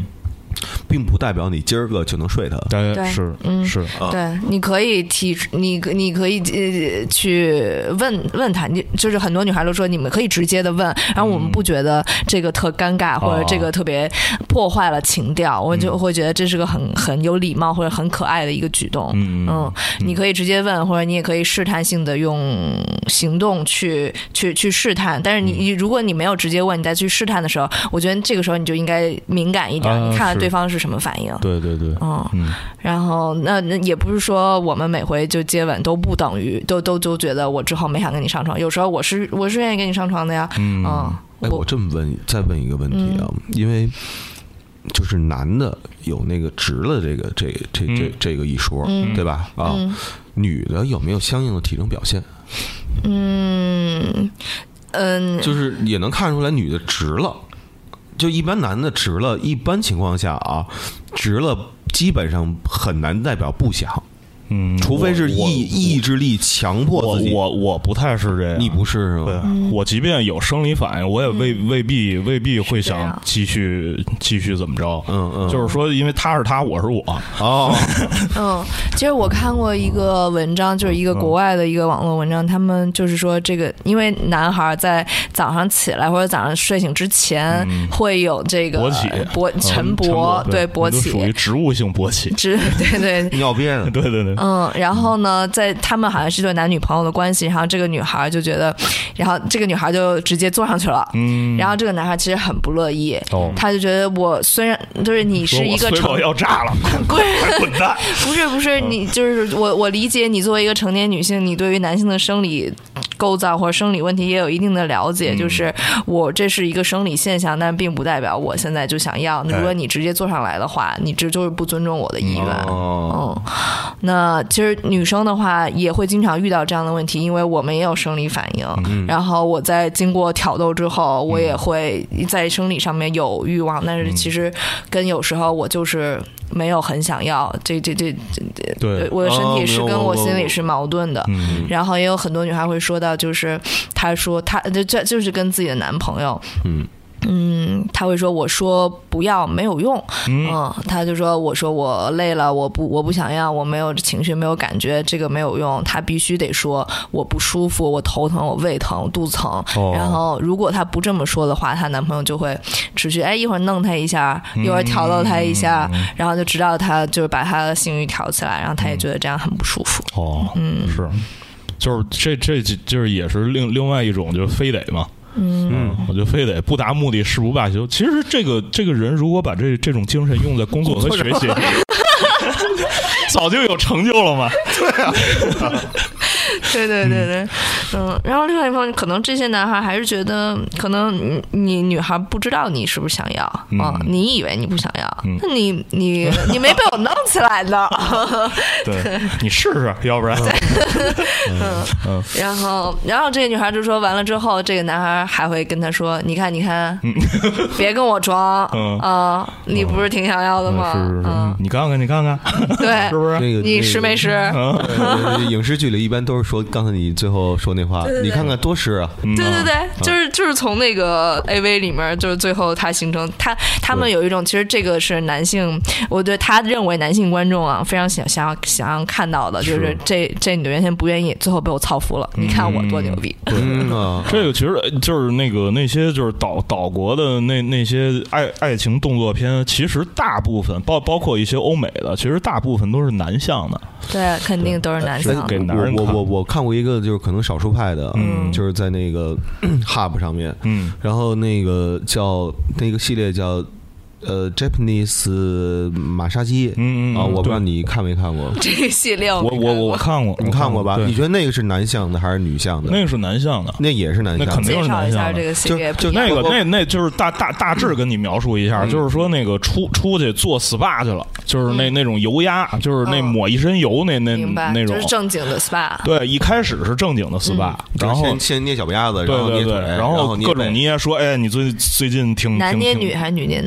并不代表你今儿个就能睡他。 对，是，嗯，是， 对，你可以提，你你可以呃去问问他，你就是很多女孩都说你们可以直接的问，然后我们不觉得这个特尴尬、嗯、或者这个特别破坏了情调，哦、我就会觉得这是个很很有礼貌或者很可爱的一个举动。嗯嗯，你可以直接问，或者你也可以试探性的用行动去去去试探，但是你如果你没有直接问，你再去试探的时候，我觉得这个时候你就应该敏感一点，啊、你看看对方是什么反应。 对对对， 嗯，嗯然后那那也不是说我们每回就接吻都不等于都都都觉得我之后没想跟你上床，有时候我是我是愿意跟你上床的呀。嗯，嗯哎，我这么问，再问一个问题啊，嗯、因为就是男的有那个直了这个这这这、嗯、这个一说，嗯、对吧？啊、嗯，女的有没有相应的体征表现？ 嗯嗯， 就是也能看出来女的直了。就一般男的直了，一般情况下啊，直了基本上很难代表不想，嗯，除非是意意志力强迫自己。 我我我不太是这样， 你不是是吗？ 对，嗯、我即便有生理反应，我也未未必未必会想继续继续怎么着。嗯嗯，就是说，因为他是他，我是我。 哦， 嗯，其实我看过一个文章，就是一个国外的一个网络文章，他们就是说这个，因为男孩在早上起来或者早上睡醒之前会有这个勃起、 勃晨勃，对勃起， 属于植物性勃起， 植对对尿憋的， 对对对。 嗯，然后呢，在他们好像是对男女朋友的关系，然后这个女孩就觉得，然后这个女孩就直接坐上去了，嗯，然后这个男孩其实很不乐意，哦，他就觉得我虽然就是你是一个成要炸了，滚蛋， 不是不是，你就是我我理解你作为一个成年女性，你对于男性的生理构造或者生理问题也有一定的了解，嗯、就是我这是一个生理现象，但并不代表我现在就想要。如果你直接坐上来的话，你这就是不尊重我的意愿。哦，嗯，那。其实女生的话也会经常遇到这样的问题，因为我们也有生理反应，嗯、然后我在经过挑逗之后，我也会在生理上面有欲望，但是其实跟有时候我就是没有很想要，这这这这，对，我的身体是跟我心里是矛盾的。哦、然后也有很多女孩会说到，就是她说她这这就是跟自己的男朋友，嗯。嗯，他会说我说不要没有用，嗯，嗯他就说我说我累了，我不我不想要，我没有情绪没有感觉，这个没有用，他必须得说我不舒服，我头疼，我胃疼，我肚子疼。哦、然后如果他不这么说的话，她男朋友就会持续哎一会儿弄他一下，一会儿挑逗他一下，嗯、然后就直到他就是把他的性欲挑起来，然后他也觉得这样很不舒服。 哦，嗯，是，就是这这就是也是另另外一种就是非得嘛。嗯，我就非得不达目的誓不罢休。其实这个这个人如果把这这种精神用在工作和学习，早就有成就了嘛。 对啊， 对对对对，嗯。然后另外一方面，可能这些男孩还是觉得，可能你你女孩不知道你是不是想要啊、嗯，你以为你不想要，那、嗯、你你你没被我弄起来呢。 对，你试试，要不然。 嗯嗯。然后然后这个女孩就说完了之后，这个男孩还会跟她说：“你看你看，别跟我装啊、嗯呃，你不是挺想要的吗？ 嗯、是是是嗯，你看看你看看， 对， 是不是？ 那个你湿没湿？ 嗯、影视剧里一般都是说，刚才你最后说那话，对对对你看看多湿啊！ 对对对，就是就是从那个 A V 里面，就是最后他形成他他们有一种，其实这个是男性，我对他认为男性观众啊非常想想要想要看到的，就是这这女的原先不愿意，最后被我操服了，你看我多牛逼！ 对，这个其实就是那个那些就是岛岛国的那那些爱爱情动作片，其实大部分包包括一些欧美的，其实大部分都是男向的。 对，肯定都是男向的。 给男人看。 我我我看过一个，就是可能少数派的，嗯，就是在那个 Hub 上面，嗯，然后那个叫那个系列叫。呃 ，Japanese 马杀鸡，嗯啊，我不知道你看没看过这个系列，我我我看过， 你看过吧？你觉得那个是男向的还是女向的？ 那个是男向的， 那也是男向的， 那肯定是男向的。 这个系列就就那个那那就是大大大致跟你描述一下，就是说那个出出去做 S P A 去了，就是那那种油压，就是那抹一身油那那那种， 就是正经的 S P A。 对，一开始是正经的 S P A，然后先先捏脚丫子， 对对对，然后各种捏，说哎，你最最近挺男捏女还是女捏男？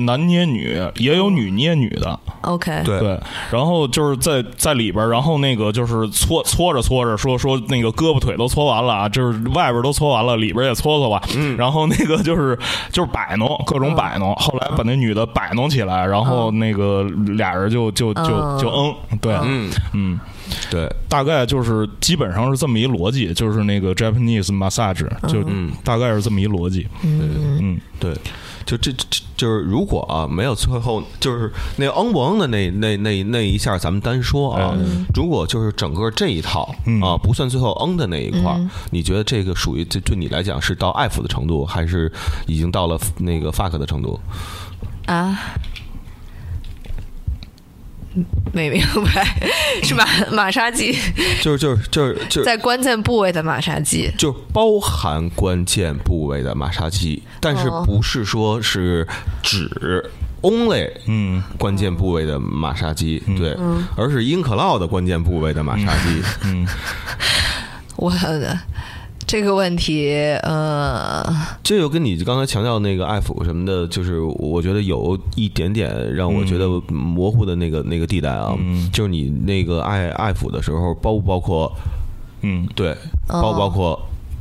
男捏女，也有女捏女的。 OK， 对对，然后就是在在里边，然后那个就是搓搓着搓着，说说那个胳膊腿都搓完了啊，就是外边都搓完了，里边也搓搓吧。嗯，然后那个就是就是摆弄各种摆弄，后来把那女的摆弄起来，然后那个俩人就就就就嗯，对， 嗯嗯。对， 大概就是基本上是这么一逻辑，就是那个 Japanese massage， 就大概是这么一逻辑。 嗯嗯， 对，就这这就是如果啊没有最后就是那嗯不嗯的那那那那一下，咱们单说啊，嗯、如果就是整个这一套啊不算最后嗯的那一块，嗯、你觉得这个属于这对你来讲是到爱抚的程度，还是已经到了那个 fuck 的程度啊？没明白，是马马杀鸡， 就是就是就是就是在关键部位的马杀鸡， 就包含关键部位的马杀鸡，但是不是说是指 only 嗯关键部位的马杀鸡，嗯、对，嗯、而是英可酪的关键部位的马杀鸡。嗯， 我的。这个问题，呃， 这又跟你刚才强调那个爱抚什么的，就是我觉得有一点点让我觉得模糊的那个、嗯、那个地带啊，嗯、就是你那个爱爱抚的时候，包不包括，嗯，对，包不包括，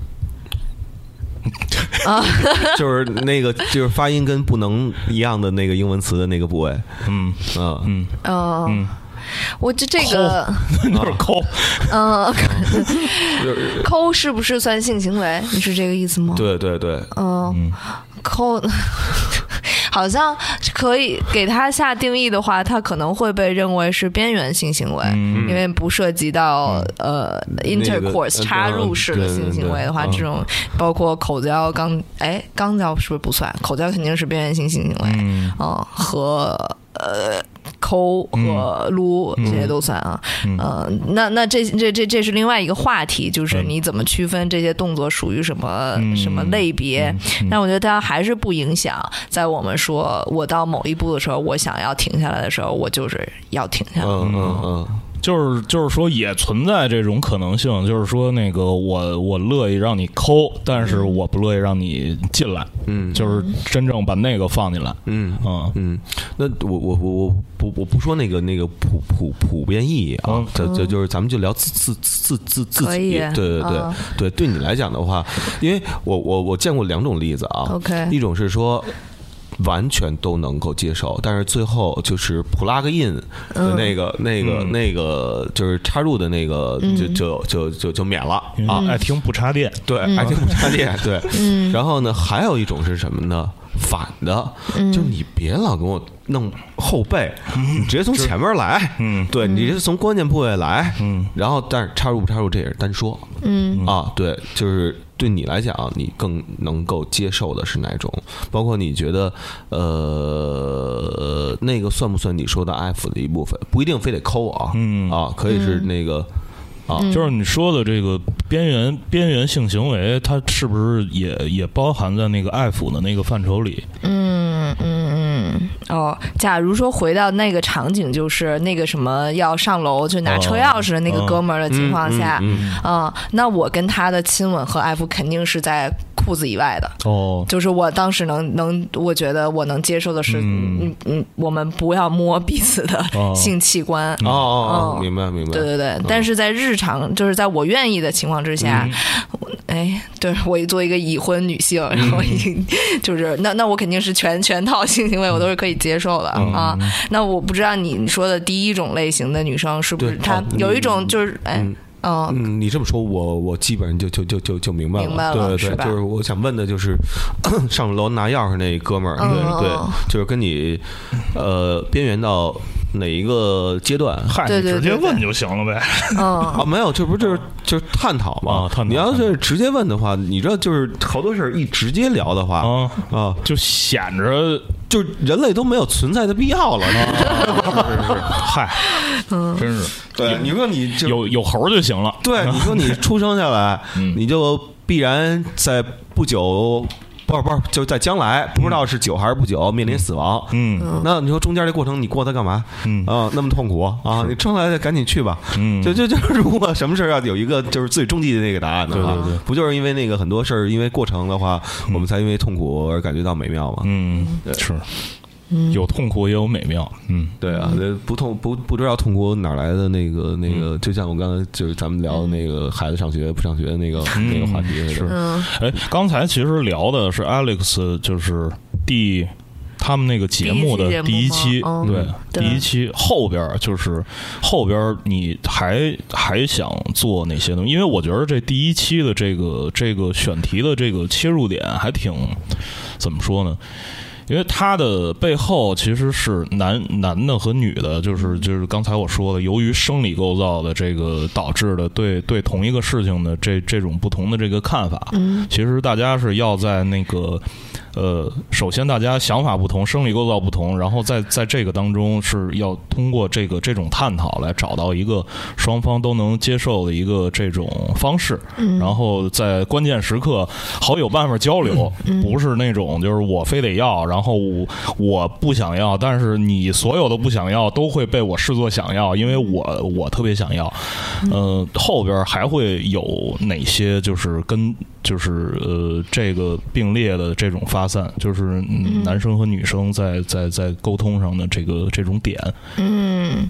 啊、哦，就是那个就是发音跟不能一样的那个英文词的那个部位，嗯嗯嗯哦。嗯我这这个就是抠， 嗯，抠是不是算性行为？你是这个意思吗？ 对对对， 嗯，抠好像可以给他下定义的话，他可能会被认为是边缘性行为，嗯、因为不涉及到、嗯、呃 intercourse、那个、插入式的性行为的话， 对对对这种包括口交、肛哎肛交是不是不算？口交肯定是边缘性性行为，嗯，嗯和呃。抠和撸、嗯、这些都算啊，嗯、呃，那那这这这这是另外一个话题，就是你怎么区分这些动作属于什么、嗯、什么类别？嗯嗯、但我觉得它还是不影响，在我们说我到某一步的时候，我想要停下来的时候，我就是要停下来。 嗯嗯嗯。 就是就是说，也存在这种可能性，就是说，那个我我乐意让你抠，但是我不乐意让你进来，嗯，就是真正把那个放进来，嗯嗯嗯。那我我我我不我不说那个那个普普普遍意义啊，这这、嗯、就是咱们就聊自自自自自己，对对对、嗯、对，对你来讲的话，因为我我我见过两种例子啊 ，OK， 一种是说。完全都能够接受，但是最后就是 plug in 的那个、嗯、那个、嗯、那个就是插入的那个就就就就就免了、嗯、啊！ 爱听不插电， 对，嗯、爱听不插电，对。嗯、然后呢，还有一种是什么呢？反的，嗯、就是你别老跟我弄后背，嗯、你直接从前面来，嗯，对你直接从关键部位来，嗯，然后但是插入不插入这也是单说，嗯啊，对，就是对你来讲，你更能够接受的是哪种？包括你觉得，呃，那个算不算你说的爱抚的一部分？不一定非得抠啊，嗯啊，可以是那个。啊， 就是你说的这个边缘边缘性行为，它是不是也也包含在那个爱抚的那个范畴里？ 嗯嗯嗯。哦，假如说回到那个场景，就是那个什么要上楼就拿车钥匙的那个哥们儿的情况下，嗯、哦嗯嗯嗯，那我跟他的亲吻和爱抚肯定是在裤子以外的。哦，就是我当时能能，我觉得我能接受的是，嗯嗯，我们不要摸彼此的性器官。 哦哦哦，明白明白。 对对对，但是在日常，就是在我愿意的情况之下，嗯、哎，对我作为一个已婚女性，然后已经就是那那我肯定是全全套性行为我都是可以接受的、嗯、啊。那我不知道你说的第一种类型的女生是不是她有一种就是哎。嗯嗯, 嗯，你这么说，我我基本上就就就就就明白了。 明白了， 对对对，就是我想问的就是上楼拿钥匙那哥们儿，对、嗯、对，就是跟你呃边缘到哪一个阶段？ 嗨，你直接问就行了呗。 嗯啊，没有，这不就是就是探讨嘛？啊、探讨你要是直接问的话，你知道，就是好多事儿一直接聊的话啊啊， 就显着就人类都没有存在的必要了。 是是是，嗨，嗯，真是。 对，你说你就有有猴就行了。 对，你说你出生下来，嗯、你就必然在不久，不是不是，就在将来，不知道是久还是不久，面临死亡。嗯，那你说中间这过程你过它干嘛？嗯啊，那么痛苦啊！你生来就赶紧去吧。嗯，就就就是如果什么事要有一个就是最终极的那个答案的话， 对对对， 不就是因为那个很多事儿因为过程的话，我们才因为痛苦而感觉到美妙吗？ 嗯，是。 嗯， 有痛苦也有美妙。嗯， 对啊，不痛不不知道痛苦哪来的那个那个，就像我刚才就是咱们聊的那个孩子上学不上学的那个、嗯、那个话题是。哎，刚才其实聊的是 Alex， 就是第。他们那个节目的第一期， 嗯、 对，第一期后边就是后边你还还想做哪些东西？因为我觉得这第一期的这个这个选题的这个切入点还挺怎么说呢？因为它的背后其实是男男的和女的，就是就是刚才我说的，由于生理构造的这个导致的对对同一个事情的这这种不同的这个看法， 嗯， 其实大家是要在那个。呃，首先大家想法不同，生理构造不同，然后在在这个当中是要通过这个这种探讨来找到一个双方都能接受的一个这种方式， 嗯， 然后在关键时刻好有办法交流， 嗯， 不是那种就是我非得要，然后我我不想要，但是你所有的不想要都会被我视作想要，因为我我特别想要。呃，后边还会有哪些就是跟就是呃这个并列的这种发散，就是男生和女生在在在沟通上的这个这种点。 嗯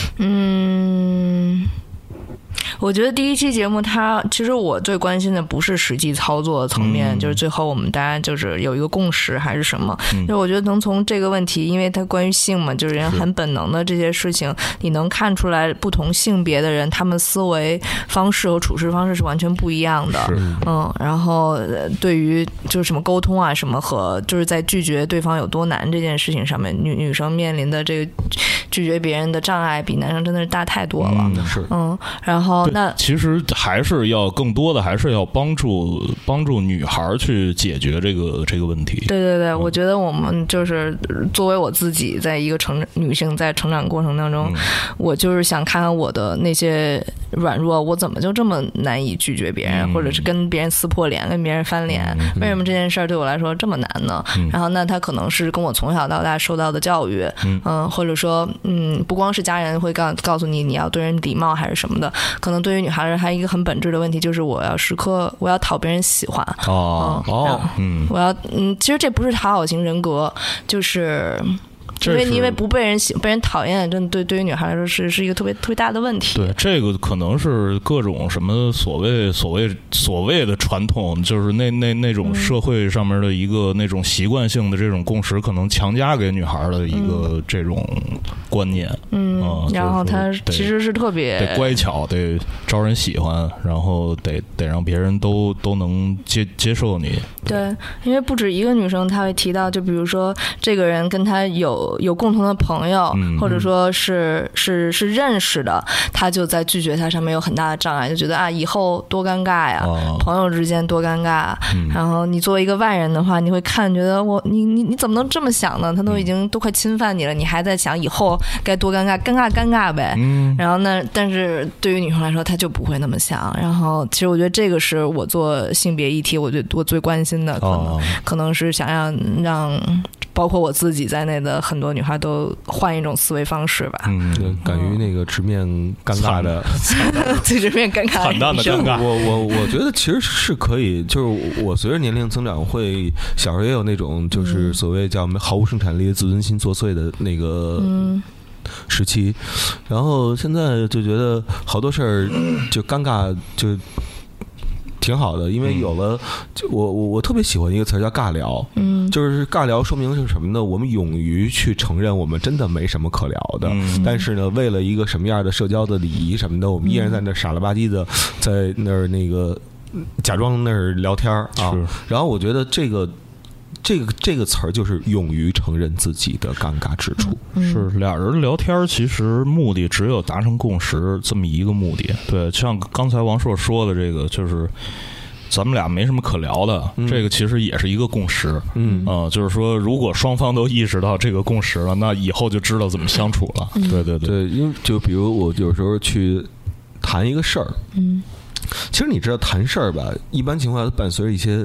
嗯。我觉得第一期节目它其实我最关心的不是实际操作的层面， 嗯， 就是最后我们大家就是有一个共识还是什么，嗯，就是我觉得能从这个问题，因为它关于性嘛，就是人很本能的这些事情，你能看出来不同性别的人他们思维方式和处事方式是完全不一样的。嗯，然后对于就是什么沟通啊什么和就是在拒绝对方有多难这件事情上面，女女生面临的这个拒绝别人的障碍比男生真的是大太多了。 嗯，是嗯，然后那其实还是要更多的还是要帮助帮助女孩去解决这个这个问题。 对对对，嗯，我觉得我们就是作为我自己，在一个成女性在成长过程当中，嗯，我就是想看看我的那些软弱，我怎么就这么难以拒绝别人，嗯，或者是跟别人撕破脸，跟别人翻脸，嗯，为什么这件事儿对我来说这么难呢？嗯，然后那他可能是跟我从小到大受到的教育，嗯，呃、或者说嗯，不光是家人会告告诉你你要对人礼貌还是什么的，可能对于女孩人还有一个很本质的问题，就是我要时刻我要讨别人喜欢。 哦哦，嗯， 我要嗯，其实这不是讨好型人格，就是因为因为不被人喜被人讨厌，真的对对于女孩来说是是一个特别特别大的问题。 对，这个可能是各种什么所谓所谓所谓的传统，就是那那那种社会上面的一个那种习惯性的这种共识，可能强加给女孩的一个这种观念。嗯， 嗯，然后她其实是特别得乖巧，得招人喜欢，然后得得让别人都都能接接受你。 对，因为不止一个女生，她会提到，就比如说这个人跟她有。有共同的朋友， 嗯， 或者说是是是认识的，他就在拒绝他上面有很大的障碍，就觉得啊，以后多尴尬呀，哦，朋友之间多尴尬，嗯。然后你作为一个外人的话，你会看觉得我你你你怎么能这么想呢？他都已经都快侵犯你了，你还在想以后该多尴尬，尴尬尴尬呗。 嗯。 然后呢，但是对于女生来说，她就不会那么想。然后其实我觉得这个是我做性别议题，我觉得我最关心的，可能，哦，可能是想要让。包括我自己在内的很多女孩都换一种思维方式吧。 嗯，敢于那个直面尴尬的， 最直面尴尬， 惨淡的尴尬。 我我我觉得其实是可以，就是我随着年龄增长，会小时候也有那种就是所谓叫毫无生产力的自尊心作祟的那个时期，然后现在就觉得好多事儿就尴尬就。挺好的，因为有了，就我我我特别喜欢一个词叫尬聊， 嗯， 就是尬聊说明是什么呢？我们勇于去承认我们真的没什么可聊的， 嗯， 但是呢，为了一个什么样的社交的礼仪什么的，我们依然在那傻了吧唧的在那儿那个假装那儿聊天啊。然后我觉得这个。这个这个词儿就是勇于承认自己的尴尬之处。 是俩人聊天，其实目的只有达成共识这么一个目的。对，像刚才王硕说的这个，就是咱们俩没什么可聊的，嗯，这个其实也是一个共识。 嗯啊，呃，就是说，如果双方都意识到这个共识了，那以后就知道怎么相处了。 嗯， 对对对， 对，因为就比如我有时候去谈一个事儿， 嗯， 其实你知道谈事儿吧，一般情况下伴随着一些。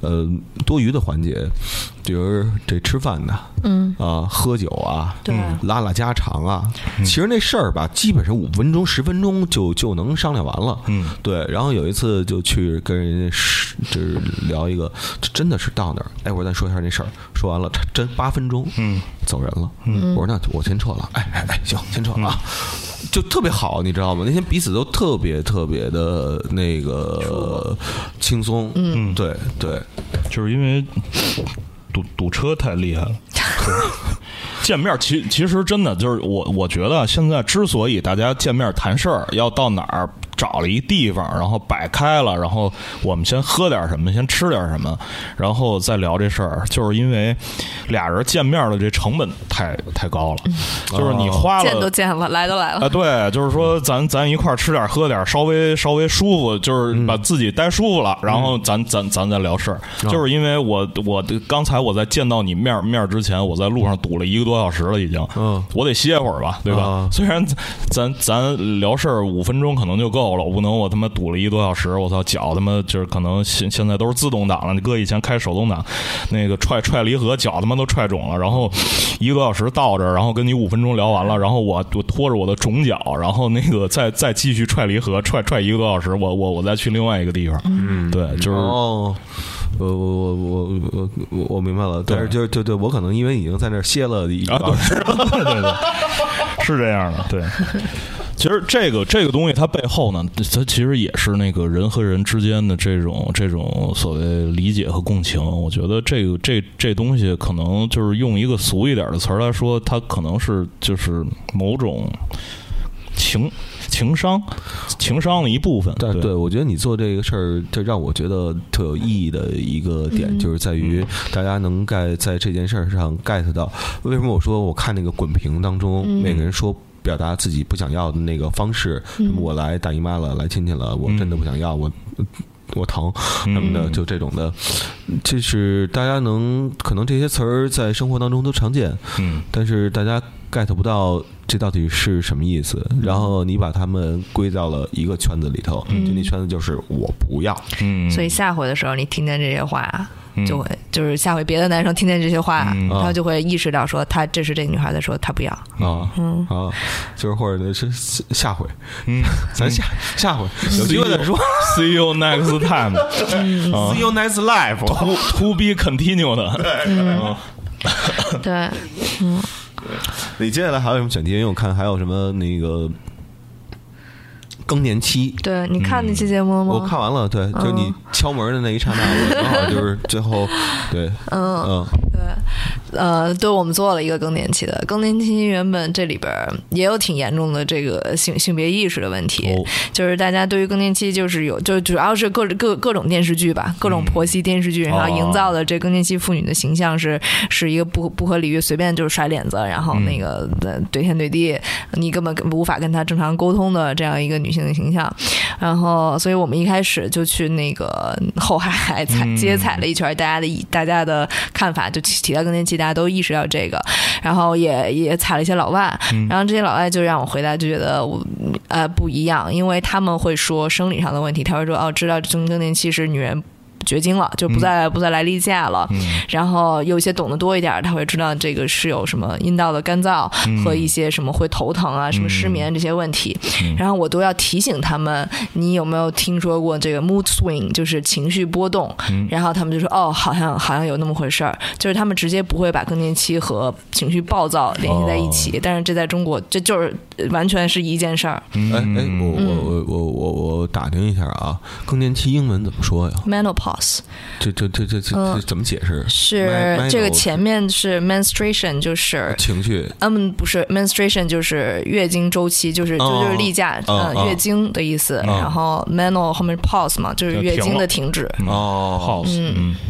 呃多余的环节，比如这吃饭的，嗯啊、呃、喝酒啊， 对， 拉拉家常啊，嗯、其实那事儿吧，基本上五分钟十分钟就就能商量完了，嗯，对。然后有一次就去跟人家就是聊一个，真的是到那儿，哎，我说咱说一下这事儿，说完了真八分钟，嗯，走人了，嗯，我说那我先撤了，哎哎哎，行，先撤了啊。嗯就特别好，你知道吗？那天彼此都特别特别的那个轻松，嗯，对对， 就是因为堵堵车太厉害了。见面其其实真的就是我我觉得现在之所以大家见面谈事儿要到哪儿找了一地方，然后摆开了，然后我们先喝点什么，先吃点什么，然后再聊这事儿，就是因为俩人见面的这成本太太高了，嗯、就是你花了见都见了，来都来了啊，对，就是说咱咱一块儿吃点喝点，稍微稍微舒服，就是把自己待舒服了，嗯、然后咱咱咱再聊事儿，嗯、就是因为我我刚才我在见到你面面之前，我在路上堵了一个多小时了，已经，嗯，我得歇会儿吧，对吧？啊、虽然咱咱聊事儿五分钟可能就够。我不能，我他妈堵了一个多小时，我操，脚他妈就是可能现现在都是自动挡了，你搁以前开手动挡，那个踹踹离合，脚他妈都踹肿了。然后一个多小时到这儿，然后跟你五分钟聊完了，然后我我拖着我的肿脚，然后那个再再继续踹离合，踹踹一个多小时，我我我再去另外一个地方。嗯，对，就是哦。我我我我我我明白了，但是就就对我可能因为已经在那儿歇了一个小时， 对对对，是这样的，对。其实这个这个东西它背后呢，它其实也是那个人和人之间的这种这种所谓理解和共情。我觉得这个这这东西可能就是用一个俗一点的词儿来说，它可能是就是某种情情商情商的一部分。 对对，我觉得你做这个事儿，这让我觉得特有意义的一个点，嗯、就是在于大家能 get 在这件事儿上 get 到。为什么我说我看那个滚屏当中，嗯、每个人说表达自己不想要的那个方式，嗯、我来大姨妈了，来亲戚了，我真的不想要，我我疼什么的，就这种的，这是大家能可能这些词儿在生活当中都常见，嗯，但是大家 get 不到这到底是什么意思，然后你把他们归到了一个圈子里头，嗯、就那圈子就是我不要， 嗯，所以下回的时候你听见这些话。就会就是下回别的男生听见这些话，嗯、他就会意识到说他这是这个女孩在说，他不要啊，嗯啊，就是或者是下回，嗯，咱下下回有机会再说 ，See you next time， See you next life，to to be continued， 嗯，对，嗯， 你接下来还有什么选题？因为我看还有什么那个。更年期， 对，你看那期节目吗？ 我看完了，对，嗯、就是你敲门的那一刹那，我正好就是最后，对， 嗯嗯，对，呃，对，我们做了一个更年期的更年期，原本这里边也有挺严重的这个性性别意识的问题，哦、就是大家对于更年期就是有，就主要是各各各种电视剧吧，各种婆媳电视剧，嗯、然后营造的这更年期妇女的形象是是一个不不合理喻，随便就是甩脸子，然后那个对天对地，你根本无法跟他正常沟通的这样一个女性的形象，然后所以我们一开始就去那个后海采接采了一圈大家的大家的看法，就提到更年期大家都意识到这个，然后也也采了一些老外，然后这些老外就让我回答就觉得我呃不一样，因为他们会说生理上的问题，他会说哦知道更年期是女人绝经了，就不再、嗯、不再来例假了、嗯、然后有一些懂得多一点他会知道这个是有什么阴道的干燥、嗯、和一些什么会头疼啊、嗯、什么失眠这些问题、嗯、然后我都要提醒他们你有没有听说过这个 mood swing 就是情绪波动、嗯、然后他们就说哦好像好像有那么回事儿，就是他们直接不会把更年期和情绪暴躁联系在一起、哦、但是这在中国这就是完全是一件事儿。 哎哎我我我我我我打听一下啊，更年期英文怎么说呀？ menopause 这这这这这怎么解释？ 是这个前面是 menstruation 就是情绪， 嗯不是 menstruation 就是月经周期，就是、哦、就是例假、哦呃、月经的意思、哦、然后 menopause 后面 pause 嘛，就是月经的停止。 哦 pause 嗯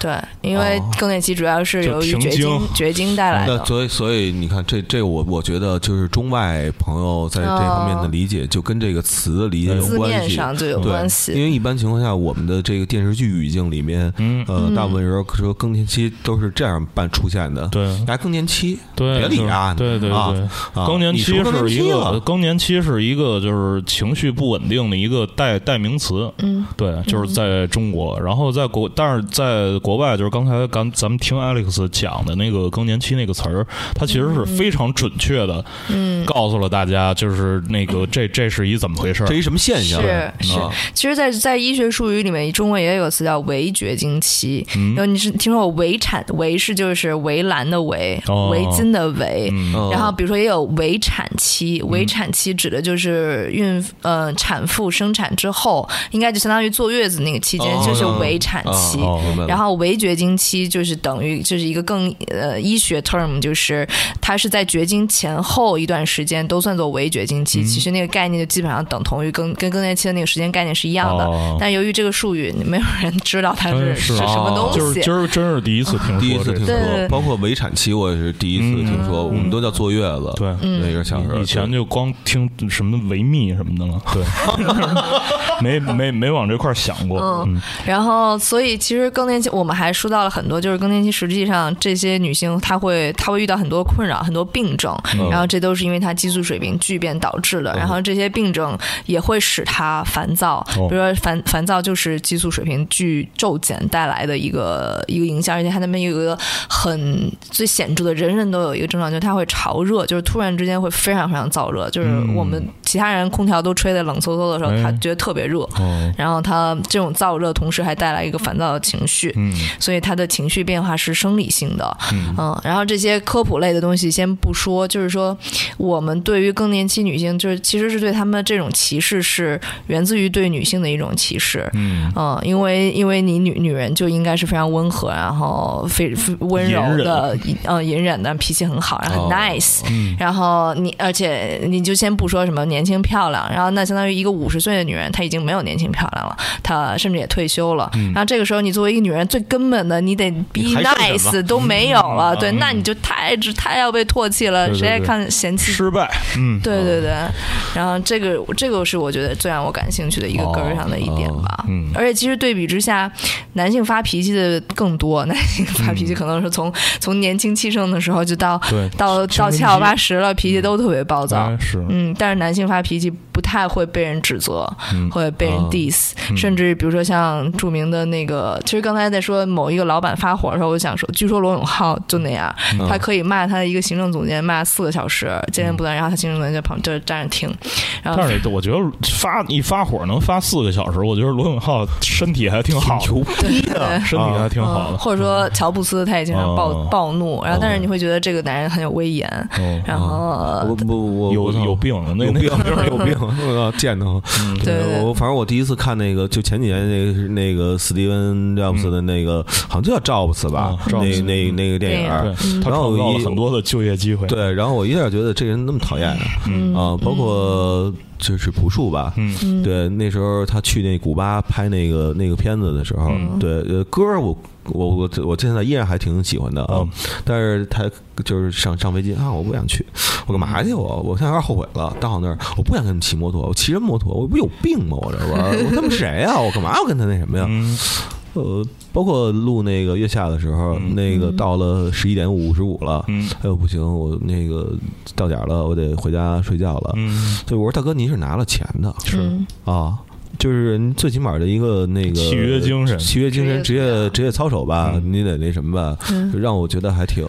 对，因为更年期主要是由于绝经绝经带来的。 那所以所以你看，这这我我觉得就是中外朋友在这方面的理解，就跟这个词的理解有关系， 字面上就有关系。 因为一般情况下，我们的这个电视剧语境里面，嗯、呃，大部分人说更年期都是这样办出现的。 对， 来更年期， 对， 别理啊， 对对对， 啊、 更年期是一个更年期是一个就是情绪不稳定的一个代代名词。嗯，对，就是在中国，然后在国，但是在国外，就是刚才刚咱们听 Alex 讲的那个更年期那个词儿，它其实是非常准确的，嗯，告诉了大家，就是那个这这是一怎么回事， 这一什么现象？ 是是，其实在，在在医学术语里面，中文也有个词叫围绝经期。然后你是听说过围产？围是就是围栏的围，围巾的围。然后比如说也有围产期，围产期指的就是孕呃产妇生产之后，应该就相当于坐月子那个期间，就是围产期。然后围绝经期就是等于就是一个更呃医学 term， 就是它是在绝经前后一段时间都算作围绝经期。其实那个概念就基本上等同于更跟更年期的那个时间概念是一样的。但由于这个术语没有人知道它是是什么东西， 就是今儿真是第一次听说， 第一次听说，包括围产期我也是第一次听说，我们都叫坐月子。 对， 那个小时候以前就光听什么维密什么的了，对，没没没往这块想过。 嗯，然后所以其实更年期我们还说到了很多，就是更年期实际上这些女性她会她会遇到很多困扰，很多病症，然后这都是因为她激素水平巨变导致的，然后这些病症也会使她烦躁，比如说烦烦躁就是激素水平巨骤减带来的一个一个影响，而且它那边有一个很最显著的，人人都有一个症状，就是它会潮热，就是突然之间会非常非常燥热，就是我们其他人空调都吹得冷飕飕的时候，他觉得特别热，然后他这种燥热同时还带来一个烦躁的情绪，所以他的情绪变化是生理性的。嗯，然后这些科普类的东西先不说，就是说我们对于更年期女性，就是其实是对他们这种歧视是源自于对女性的一种歧视。嗯，嗯，因为因为你女女人就应该是非常温和，然后非温柔的，嗯，隐忍的，脾气很好，然后很 nice，嗯，然后你而且你就先不说什么年轻漂亮，然后那相当于一个五十岁的女人，她已经没有年轻漂亮了，她甚至也退休了。嗯，然后这个时候你作为一个女人，最根本的你得 be nice 都没有了，嗯，对，那你就太太要被唾弃了，对对对，谁爱看嫌弃失败？嗯， 对对对。然后这个这个是我觉得最让我感兴趣的一个根儿上的一点吧。哦，嗯，而且其实对比之下，男性发脾气的更多，男性发脾气可能是从、嗯、从年轻气盛的时候就到到到七老八十了，脾气都特别暴躁。 嗯，是， 嗯，但是男性发脾气不太会被人指责，嗯，会被人 diss，嗯，甚至比如说像著名的那个，其实刚才在说某一个老板发火的时候，我想说，据说罗永浩就那样，嗯，他可以骂他的一个行政总监骂四个小时，接连不断，然后他行政总监在旁就站着听。然后但是我觉得发一发火能发四个小时，我觉得罗永浩身体还挺好， 牛逼的， 身体还挺好的。 嗯，或者说乔布斯他也经常暴，哦，暴怒，然后但是你会觉得这个男人很有威严，哦，然后， 哦，我不我有有病，那有病有病，贱得慌。 嗯，对， 我反正我第一次看那个，就前几年那个那个史蒂文詹姆斯的那个，好像就叫赵布斯吧，那那那个电影， 他创造了很多的就业机会。 对，然后我一下觉得这人那么讨厌啊，包括就是朴树吧，嗯，对，那时候他去那古巴拍那个那个片子的时候，对，呃，歌我我我我现在依然还挺喜欢的啊，但是他就是上上飞机啊，我不想去，我干嘛去？我我现在有点后悔了，到那儿我不想跟他们骑摩托，我骑人摩托，我不有病吗？我这玩意儿，我他妈谁呀？我干嘛要跟他那什么呀？呃，包括录那个月下的时候，嗯，那个到了十一点五十五了，嗯，哎呦不行，我那个到点了，我得回家睡觉了。嗯，所以我说大哥，你是拿了钱的， 是啊，就是你最起码的一个那个契约精神， 契约精神，职业职业操守吧，嗯，你得那什么吧，嗯，就让我觉得还挺。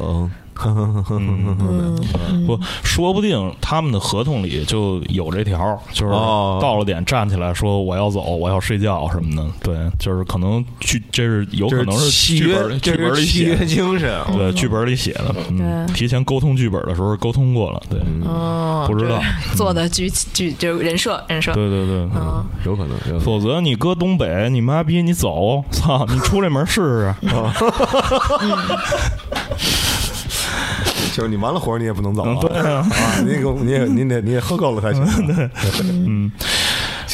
不，说不定他们的合同里就有这条，就是到了点站起来说我要走，我要睡觉什么的。对，就是可能剧，这是有可能是剧本剧本里写的精神， 对，剧本里写的。嗯，提前沟通剧本的时候沟通过了，对， 哦， 不知道做的剧剧就是人设人设， 对对对， 嗯，有可能， 否则你搁东北，你妈逼你走，操，你出来门试试。 就是你完了活你也不能走， 嗯，对啊， 啊，你给你也你得你也喝够了才行。 对，嗯，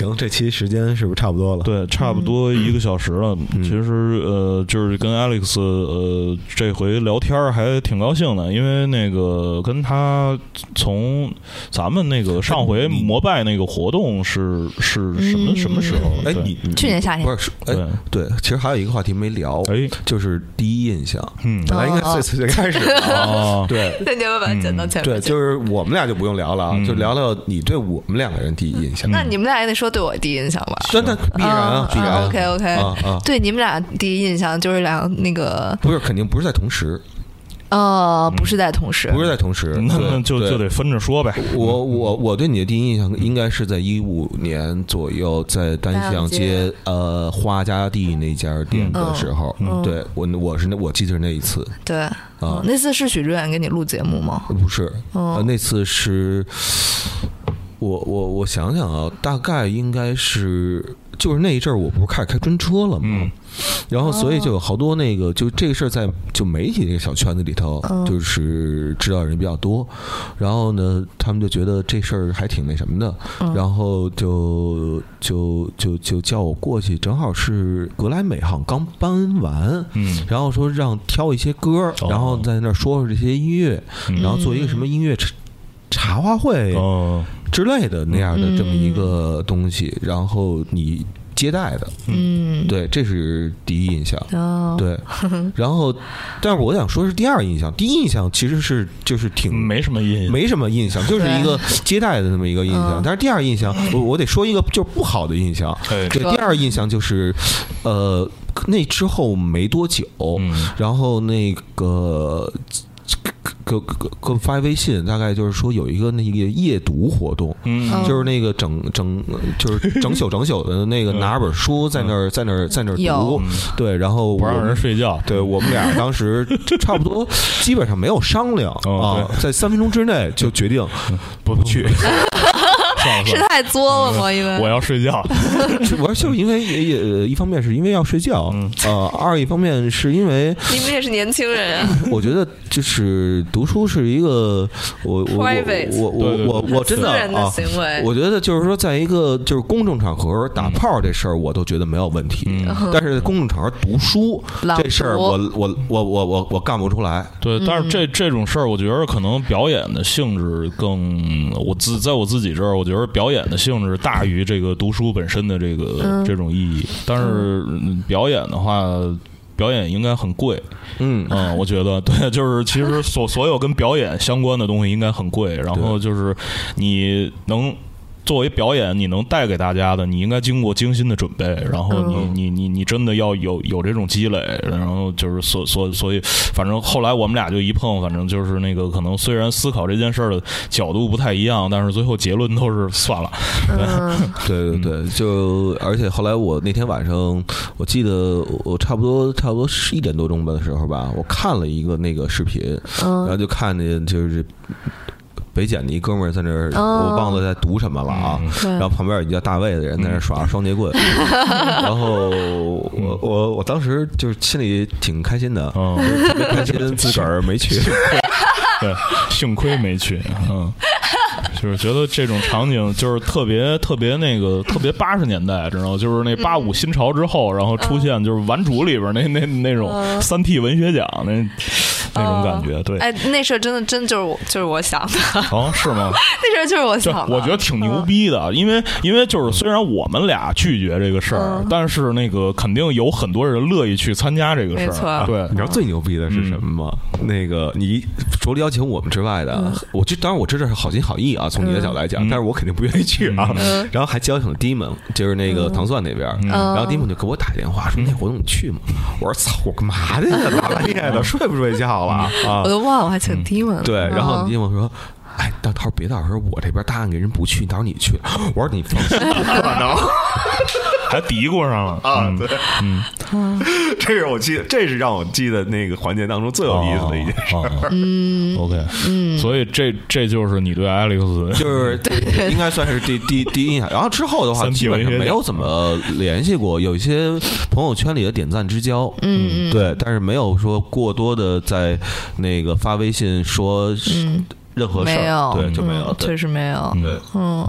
行，这期时间是不是差不多了？ 对，差不多一个小时了。嗯、其实呃，就是跟 Alex 呃这回聊天还挺高兴的，因为那个跟他从咱们那个上回摩拜那个活动是是什么、嗯、什么时候？ 哎，你去年夏天不是？哎，对，其实还有一个话题没聊， 哎， 就是第一印象。嗯，本来应该这次就开始了。对， 那你要把它剪到前面。 对，就是我们俩就不用聊了，嗯、就聊聊你对我们两个人第一印象。 那你们俩也得说对我第一印象吧？ 真的必然啊，必然。 OK OK， 啊啊， 对你们俩第一印象就是俩那个， 不是，肯定不是在同时。 呃，不是在同时， 不是在同时， 那就就得分着说呗。 我我我对你的第一印象应该是在一五年左右，在单向街呃花家地那家店的时候，嗯、对我我是那我记得是那一次， 对啊、嗯，那次是许志远给你录节目吗？ 不是，嗯、呃，那次是我我我想想啊，大概应该是。就是那一阵儿，我不是开始开专车了吗？嗯、然后所以就有好多那个，就这个事儿在就媒体那个小圈子里头，嗯、就是知道人比较多。然后呢，他们就觉得这事儿还挺那什么的，嗯、然后就就就就叫我过去，正好是格莱美好像刚搬完，嗯，然后说让挑一些歌，然后在那儿说说这些音乐，嗯、然后做一个什么音乐茶话会。哦之类的那样的这么一个东西，嗯、然后你接待的，嗯，对，这是第一印象，哦、对，然后，但是我想说是第二印象，第一印象其实是就是挺没什么印象， 没什么印象，就是一个接待的那么一个印象，但是第二印象，我我得说一个就是不好的印象，对，第二印象就是，呃，那之后没多久，嗯、然后那个。给给给发微信，大概就是说有一个那个夜读活动，嗯，就是那个整整就是整宿整宿的那个拿本书在那儿在那儿在那儿读，对，然后不让人睡觉， 对我们俩当时差不多基本上没有商量啊，在三分钟之内就决定不不去。 是太作了吗？因为我要睡觉， 我就是因为也一方面是因为要睡觉，呃，二一方面是因为你们也是年轻人啊。 我觉得就是读书是一个我我我我我我真的啊，我觉得就是说，在一个就是公众场合打炮这事儿，我都觉得没有问题，但是公众场合读书这事儿，我我我我我我干不出来。 对，但是这这种事儿，我觉得可能表演的性质更，我自在我自己这儿，我觉得。觉得表演的性质大于这个读书本身的这个、嗯、这种意义，但是表演的话，表演应该很贵，嗯嗯，我觉得对，就是其实所所有跟表演相关的东西应该很贵，然后就是你能。作为表演，你能带给大家的，你应该经过精心的准备，然后你、嗯、你你你真的要有有这种积累，然后就是所所所以，反正后来我们俩就一碰，反正就是那个可能虽然思考这件事儿的角度不太一样，但是最后结论都是算了。 对对对，就而且后来我那天晚上，我记得我差不多差不多十一点多钟的时候吧，我看了一个那个视频，然后就看见就是。北检的一哥们儿在那儿，我忘了在读什么了啊。然后旁边有一个叫大卫的人在那耍双截棍，然后我我我当时就是心里挺开心的，特别开心，自个儿没去。 对，幸亏没去，嗯。就是觉得这种场景就是特别特别那个特别八十年代，知道吗？就是那八五新潮之后，然后出现就是《顽主》里边那那那种三 T 文学奖那那种感觉。对， 哎，那事儿真的真就是就是我想的。 哦，是吗？ 那事儿就是我想的。 我觉得挺牛逼的，因为因为就是虽然我们俩拒绝这个事儿，但是那个肯定有很多人乐意去参加这个事儿。对， 你知道最牛逼的是什么吗？那个你除了邀请我们之外的，我就当然我知道是好心好意啊。从你的角度来讲，但是我肯定不愿意去啊。嗯、然后还邀请了 Dimon， 就是那个糖蒜那边，嗯、然后 Dimon 就给我打电话说：“那活动你去吗？”我说：“操，我干嘛去呀？大半夜的，睡不睡觉了啊？” 我都忘了我还请 Dimon。 对，然后 Dimon 说。哎，到时候别到时候我这边答应给人不去，到时候你去。我说你放心，不可能， 还嘀咕上了啊！对，嗯，这是我记得，这是让我记得那个环节当中最有意思的一件事。 嗯 ，OK， 嗯，所以这这就是你对 Alex 就是应该算是第第第一印象。然后之后的话，基本上没有怎么联系过，有一些朋友圈里的点赞之交，嗯，对，但是没有说过多的在那个发微信说。嗯任何事儿，对，就没有， 确实没有。 对， 嗯，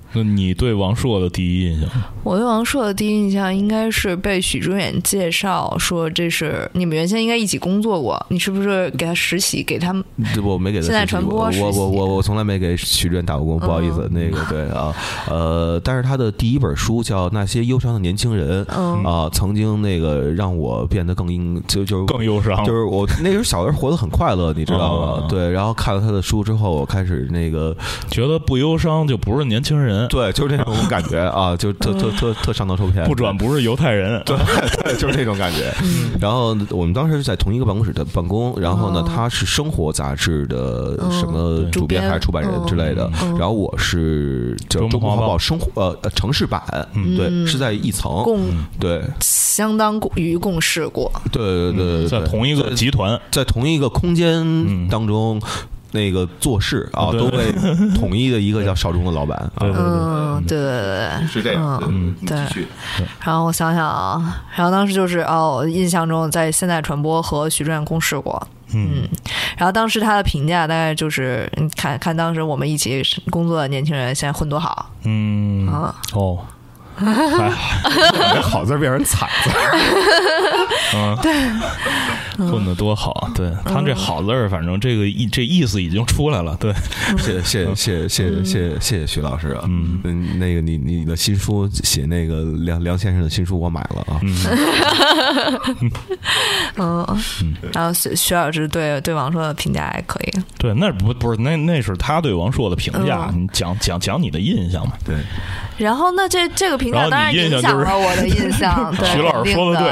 那你对王朔的第一印象？ 我对王朔的第一印象应该是被许知远介绍说这是你们原先应该一起工作过，你是不是给他实习？给他们？ 我没给他实习。 现在传播我我我我从来没给许知远打过工，不好意思，嗯、那个对啊，呃，但是他的第一本书叫《那些忧伤的年轻人》，嗯啊，曾经那个让我变得更应就就更忧伤， 就是我那时候小时候活得很快乐，你知道吗？嗯、对，然后看了他的书之后，我开始那个觉得不忧伤就不是年轻人， 对，就是那种感觉啊，就特特特特上当受骗， 不转不是犹太人， 对对，就是那种感觉。然后我们当时在同一个办公室的办公，然后呢，他是生活杂志的什么主编还是出版人之类的，然后我是就中国华报生活呃城市版，对，是在一层，对， 相当于共事过， 对对对， 在同一个集团， 在同一个空间当中。那个做事啊，都被统一的一个叫邵忠的老板。 嗯，对对对， 是这样。 嗯，对。然后我想想啊，然后当时就是哦，印象中在现代传播和许知远共事过。嗯，然后当时他的评价大概就是，你看看当时我们一起工作的年轻人现在混多好。 嗯啊哦。 哎，这好字变成惨字。 嗯， 对， 混得多好。对他这好字，反正这个意这意思已经出来了。对， 谢谢谢谢谢谢谢谢徐老师啊。嗯嗯，那个你你的新书写那个梁梁先生的新书我买了啊。 嗯嗯，然后徐徐老师对对王朔的评价还可以。 对，那不不是那那是他对王朔的评价，你讲讲讲你的印象嘛？ 对。 然后那这这个评价当然影响了我的印象。对， 徐老师说的对。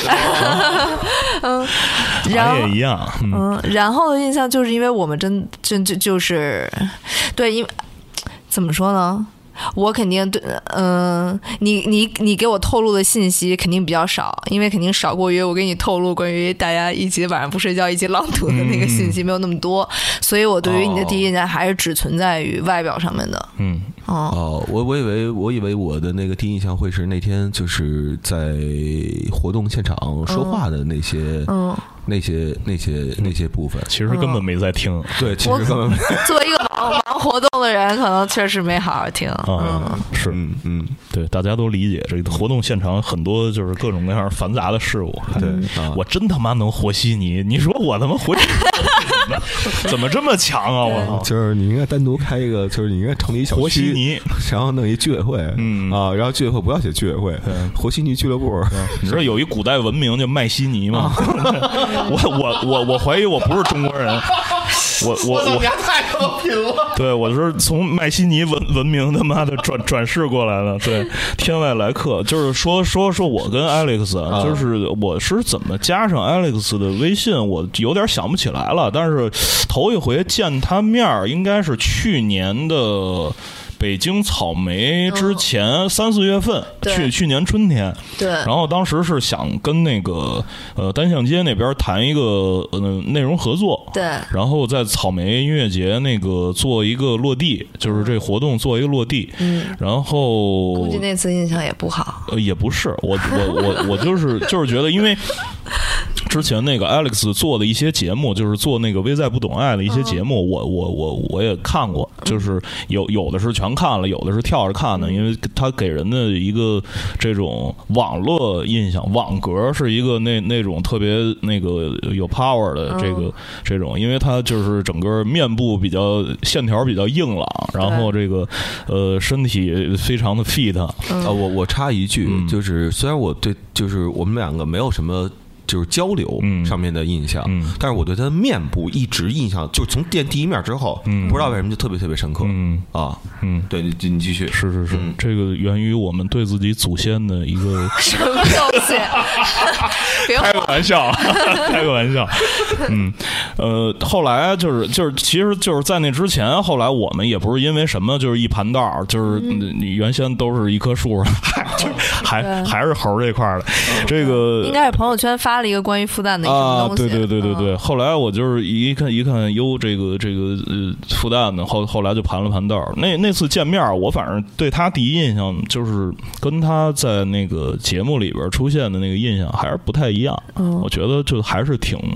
嗯，然后也一样。 嗯，然后的印象就是因为我们真真就就是对，因为怎么说呢？我肯定对，嗯、呃，你你你给我透露的信息肯定比较少，因为肯定少过于我给你透露关于大家一起晚上不睡觉一起朗读的那个信息没有那么多，嗯、所以我对于你的第一印象还是只存在于外表上面的。 嗯， 哦，哦我我以为我以为我的那个第一印象会是那天就是在活动现场说话的那些，嗯。嗯那些那些那些部分， 其实根本没在听。 嗯、对，其实根本没。 作为一个忙忙活动的人，可能确实没好好听。 嗯，嗯是，嗯嗯，对，大家都理解这个活动现场很多就是各种各样繁杂的事物。 对， 嗯、我真他妈能和稀泥，你说我他妈和稀泥怎么这么强啊！我操！ 就是你应该单独开一个，就是你应该成立一小区， 和稀泥， 然后弄一居委会，嗯啊，然后居委会不要写居委会，和稀泥俱乐部。 你知道有一古代文明叫麦西尼吗？我我我我怀疑我不是中国人，我我我太和平了。 对，我是从麦西尼文文明他妈的转转世过来的。对，天外来客，就是说说说我跟 Alex，、啊、就是我是怎么加上 Alex 的微信，我有点想不起来了。但是头一回见他面，应该是去年的。北京草莓之前三四月份，去去年春天， 对， 然后当时是想跟那个呃单向街那边谈一个呃内容合作， 对， 然后在草莓音乐节那个做一个落地，就是这活动做一个落地，嗯，然后估计那次印象也不好， 呃，也不是，我我我我就是就是觉得，因为之前那个 Alex 做的一些节目，就是做那个微在不懂爱的一些节目，嗯、我我我我也看过，就是有有的是全看了，有的是跳着看的，因为他给人的一个这种网络印象，网格是一个那那种特别那个有 power 的这个、嗯、这种，因为他就是整个面部比较线条比较硬朗，然后这个呃身体非常的 fit。啊、 嗯呃，我我插一句，嗯、就是虽然我对就是我们两个没有什么。就是交流上面的印象，嗯、但是我对他的面部一直印象，就从见第一面之后，嗯、不知道为什么就特别特别深刻。嗯啊，嗯，对，你你继续， 是是是，嗯、这个源于我们对自己祖先的一个什么东西？ 开个玩笑，开个玩笑。嗯，呃，后来就是就是，其实就是在那之前，后来我们也不是因为什么，就是一盘道，就是你原先都是一棵树上，还还是猴这块的，这个应该是朋友圈发。发了一个关于复旦的一个什么东西， 啊，对对对对对。嗯、后来我就是一看一看，哟，这个这个呃复旦的，后后来就盘了盘道。那那次见面，我反正对他第一印象就是跟他在那个节目里边出现的那个印象还是不太一样。嗯、我觉得就还是挺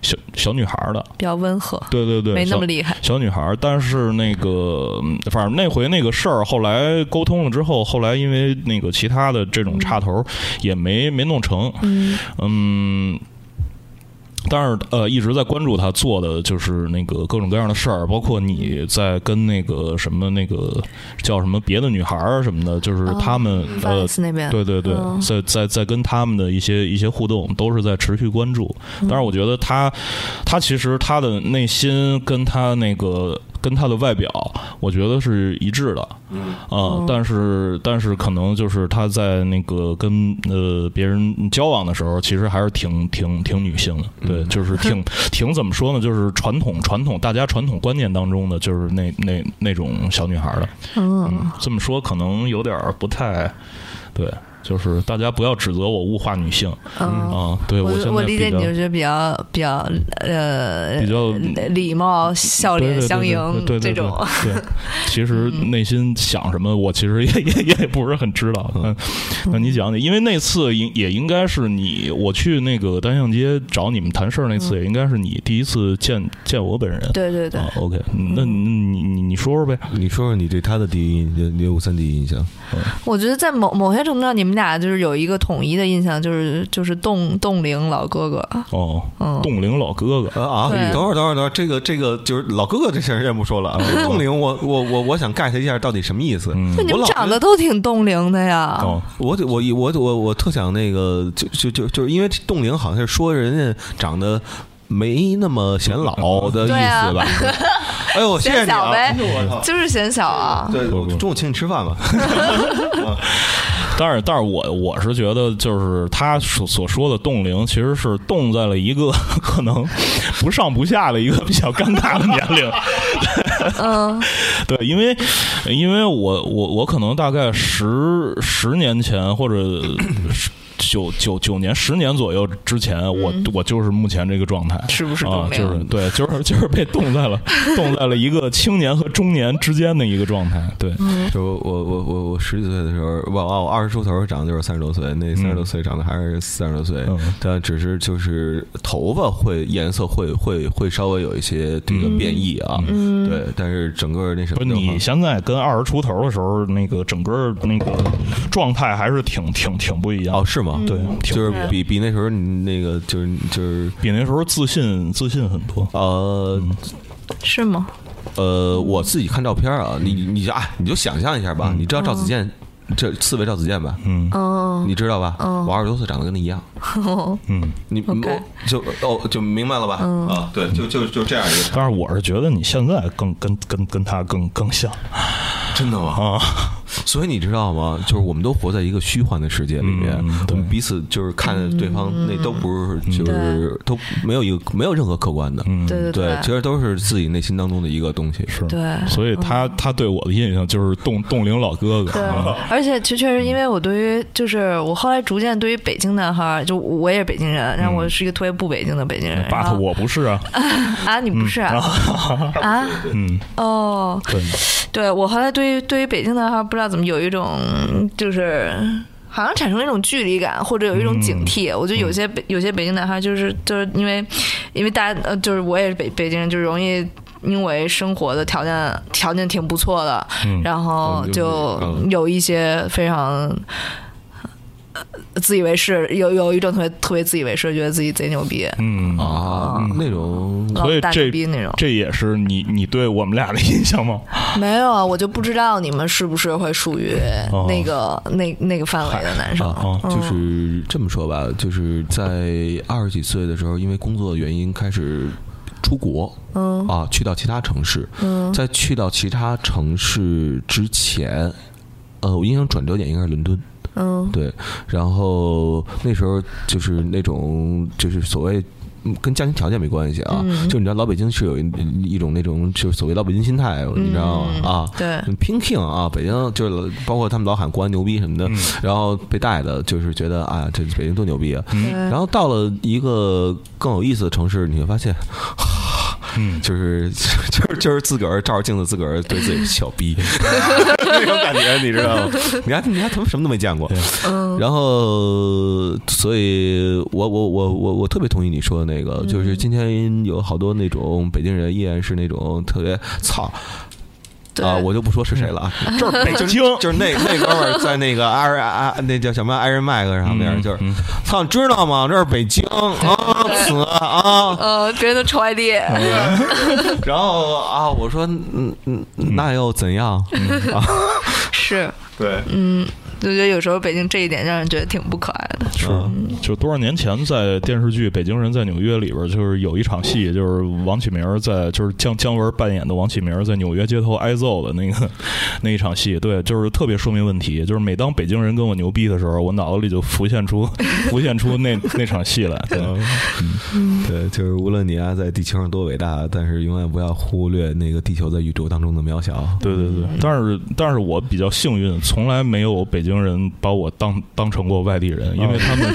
小小女孩的， 比较温和， 对对对， 没那么厉害。 小, 小女孩，但是那个反正那回那个事儿，后来沟通了之后，后来因为那个其他的这种插头也没、嗯、没弄成，嗯嗯。但是呃，一直在关注他做的就是那个各种各样的事儿，包括你在跟那个什么那个叫什么别的女孩儿什么的，就是他们、 哦、呃，那边对对对， 哦、 在在在跟他们的一些一些互动，都是在持续关注。但是我觉得他他其实他的内心跟他那个。跟他的外表，我觉得是一致的，嗯啊、呃，但是但是可能就是他在那个跟呃别人交往的时候，其实还是挺挺挺女性的，对，就是挺挺怎么说呢，就是传统传统大家传统观念当中的，就是那那那种小女孩的，嗯，这么说可能有点不太对。就是大家不要指责我物化女性，嗯啊，对我现在我理解你就是比较比较呃比较礼貌、笑脸相迎这种。 对，其实内心想什么，我其实也也也不是很知道。嗯，那你讲讲，因为那次应也应该是你我去那个单向街找你们谈事儿那次，也应该是你第一次见见我本人。 对对对。 啊 OK， 那你你你说说呗， 你说说你对他的第一印象，刘五三第一印象。 我觉得在某某些程度上，你们。你们俩就是有一个统一的印象，就是就是冻冻龄老哥哥哦，嗯，冻龄老哥哥啊！等会儿等会儿等会儿，这个这个就是老哥哥这事儿先不说了啊。冻龄，我我我我想 get 一下到底什么意思？ 嗯、你们长得都挺冻龄的呀。 哦，我我我我我特想那个就就就就是因为冻龄好像是说人家长得没那么显老的意思吧？哎呦，谢谢你啊！ 就是显小啊。 对，中午请你吃饭吧。 但是，但是我我是觉得，就是他所所说的冻龄，其实是冻在了一个可能不上不下的一个比较尴尬的年龄。 嗯， 对，因为因为我我我可能大概十十年前或者。九九九年十年左右之前，我、嗯、我就是目前这个状态， 是不是啊？就是对，就是就是被冻在了冻在了一个青年和中年之间的一个状态。对， 嗯、 就我我我我十几岁的时候，我我二十出头长得就是三十多岁，那三十多岁长得还是三十多岁，嗯、但只是就是头发会颜色会会会稍微有一些这个变异啊。 嗯， 对，但是整个那什么， 你现在跟二十出头的时候，那个整个那个状态还是挺挺挺不一样哦，是吗？ 对， 就是比比那时候你那个就是就是比那时候自信自信很多。 呃， 嗯、是吗？ 呃，我自己看照片啊，你你啊，你就想象一下吧，嗯、你知道赵子健、嗯、这四位赵子健吧？ 嗯， 你知道吧？ 嗯， 我二十多岁长得跟他一样。嗯，你、 okay. 就哦就明白了吧？ 嗯、 啊，对，就就就这样一个。 但是我是觉得你现在更跟跟跟他更更像。 真的吗？ 啊， 所以你知道吗？就是我们都活在一个虚幻的世界里面， 嗯、 我们彼此就是看对方，那都不是，就是、嗯、都没有一个没有任何客观的， 嗯、 对对对，其实都是自己内心当中的一个东西。 是， 对， 所以他、嗯、他对我的印象就是冻冻龄老哥哥。 对，而且确确实，因为我对于就是我后来逐渐对于北京男孩，就我也是北京人，然后我是一个特别不北京的北京人。 巴特，我不是啊。 啊，你不是啊？啊？ 嗯。 哦。 对。 对，我后来对于对于北京男孩不知道怎么有一种就是好像产生一种距离感，或者有一种警惕。嗯、我觉得有些北有些北京男孩就是就是因为因为大家呃就是我也是北北京人，就容易因为生活的条件条件挺不错的， 嗯、 然后就有一些非常。自以为是，有有一种特别特别自以为是，觉得自己贼牛逼， 嗯啊，嗯、那种， 所以这那种， 这也是你你对我们俩的印象吗？ 没有啊，我就不知道你们是不是会属于那个、哦、那那个范围的男生。 哦哦、就是这么说吧，就是在二十几岁的时候，因为工作原因开始出国， 嗯啊，去到其他城市， 嗯， 在去到其他城市之前，呃，我印象转折点应该是伦敦。 嗯， 对，然后那时候就是那种就是所谓跟家庭条件没关系啊， 嗯、 就你知道老北京是有一一种那种就是所谓老北京心态， 嗯、 你知道吗？啊， 对， 拼 king 啊，北京就是包括他们老喊国安牛逼什么的， 嗯、 然后被带的就是觉得啊，这北京多牛逼啊， 嗯、 然后到了一个更有意思的城市，你会发现。 嗯，就是就是就是自个儿照着镜子，自个儿对自己小逼那种感觉，你知道吗？你还你还他妈什么都没见过，嗯，然后所以我我我我我特别同意你说的那个，就是今天有好多那种北京人依然是那种特别操。啊，我就不说是谁了啊， 这是北京， 就是那那哥们儿在那个艾啊那叫什么艾人麦克上面，就是操，知道吗？这是北京啊，死啊， 呃，别人都臭 I D， 然后啊，我说嗯嗯，那又怎样啊？ 是， 对， 嗯。就觉得有时候北京这一点让人觉得挺不可爱的。 是，就多少年前在电视剧《北京人在纽约》里边，就是有一场戏，就是王启明在，就是姜姜文扮演的王启明在纽约街头挨揍的那个那一场戏。对，就是特别说明问题。就是每当北京人跟我牛逼的时候，我脑子里就浮现出浮现出那那场戏来。对， 嗯，对，就是无论你啊在地球上多伟大，但是永远不要忽略那个地球在宇宙当中的渺小。 对对对，但是但是我比较幸运，从来没有北京人把我当当成过外地人，因为他们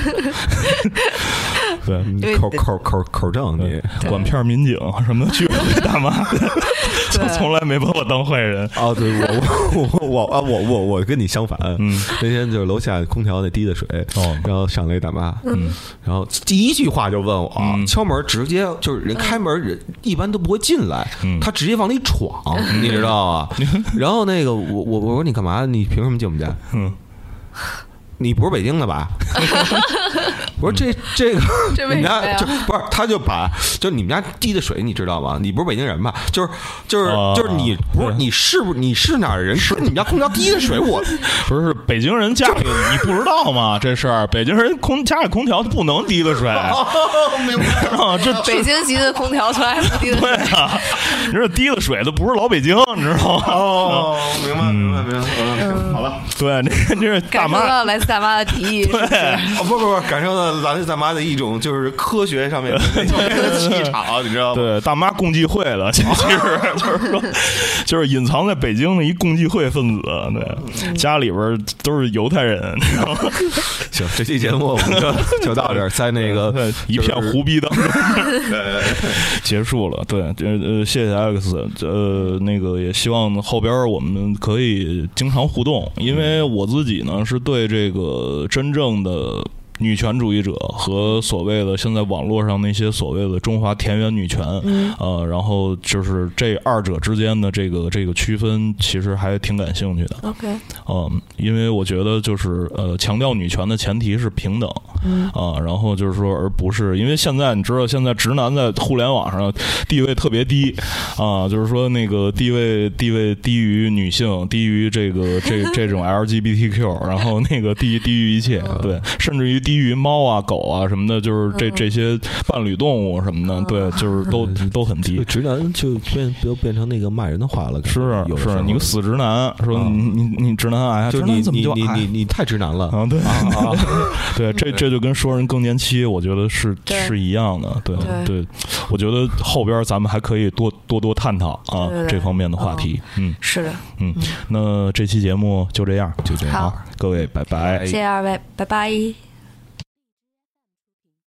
对口口口口正，你管片民警什么居委会大妈，就从来没把我当坏人。 哦，对我我我啊我我我跟你相反，嗯，那天就是楼下空调那滴的水，哦，然后上来一大妈，嗯，然后第一句话就问我，嗯、敲门直接就是人开门人一般都不会进来，嗯、他直接往里闯，嗯、你知道啊？然后那个我我我说你干嘛？你凭什么进我们家？嗯。你不是北京的吧？我说这这个这你们家就不是，他就把就你们家滴的水，你知道吗？你不是北京人吧？就是就是就是你不是你是不你是哪儿人？是你们家空调滴的水，我不是北京人家里你不知道吗？这事儿北京人空家里空调不能滴的水， 哦、明白了？这北京级的空调从来不滴的水。 对啊，你这滴的水都不是老北京，你知道吗？ 哦，明白明白明白。嗯，好了， 对，这这是大妈来自大妈的提议， 对， 哦不不不，感受到来自大妈的一种就是科学上面的气场，你知道吗？ 对，大妈共济会了，其实就是说，就是隐藏在北京的一共济会分子，对，家里边都是犹太人，你知道吗？ 行，这期节目我们就就到这儿，在那个一片胡逼当中结束了。对，呃，谢谢 Alex， 呃，那个也希望后边我们可以经常互动，因为我自己呢是对这个真正的女权主义者和所谓的现在网络上那些所谓的中华田园女权，嗯、呃，然后就是这二者之间的这个这个区分，其实还挺感兴趣的。 OK， 嗯，因为我觉得就是呃，强调女权的前提是平等，嗯啊，然后就是说，而不是因为现在你知道，现在直男在互联网上地位特别低啊，就是说那个地位地位低于女性，低于这个这这种 L G B T Q， 然后那个低低于一切，对，甚至于低于猫啊狗啊什么的，就是这这些伴侣动物什么的，对，就是都都很低。 直男就变都变成那个骂人的话了， 是是，你个死直男，说你你你直男癌， 就你你你你你太直男了啊！对啊，对，这这就跟说人更年期，我觉得是是一样的。对对，我觉得后边咱们还可以多多多探讨啊这方面的话题。嗯， 是的， 嗯，那这期节目就这样， 就这样， 各位拜拜， 谢谢二位，拜拜。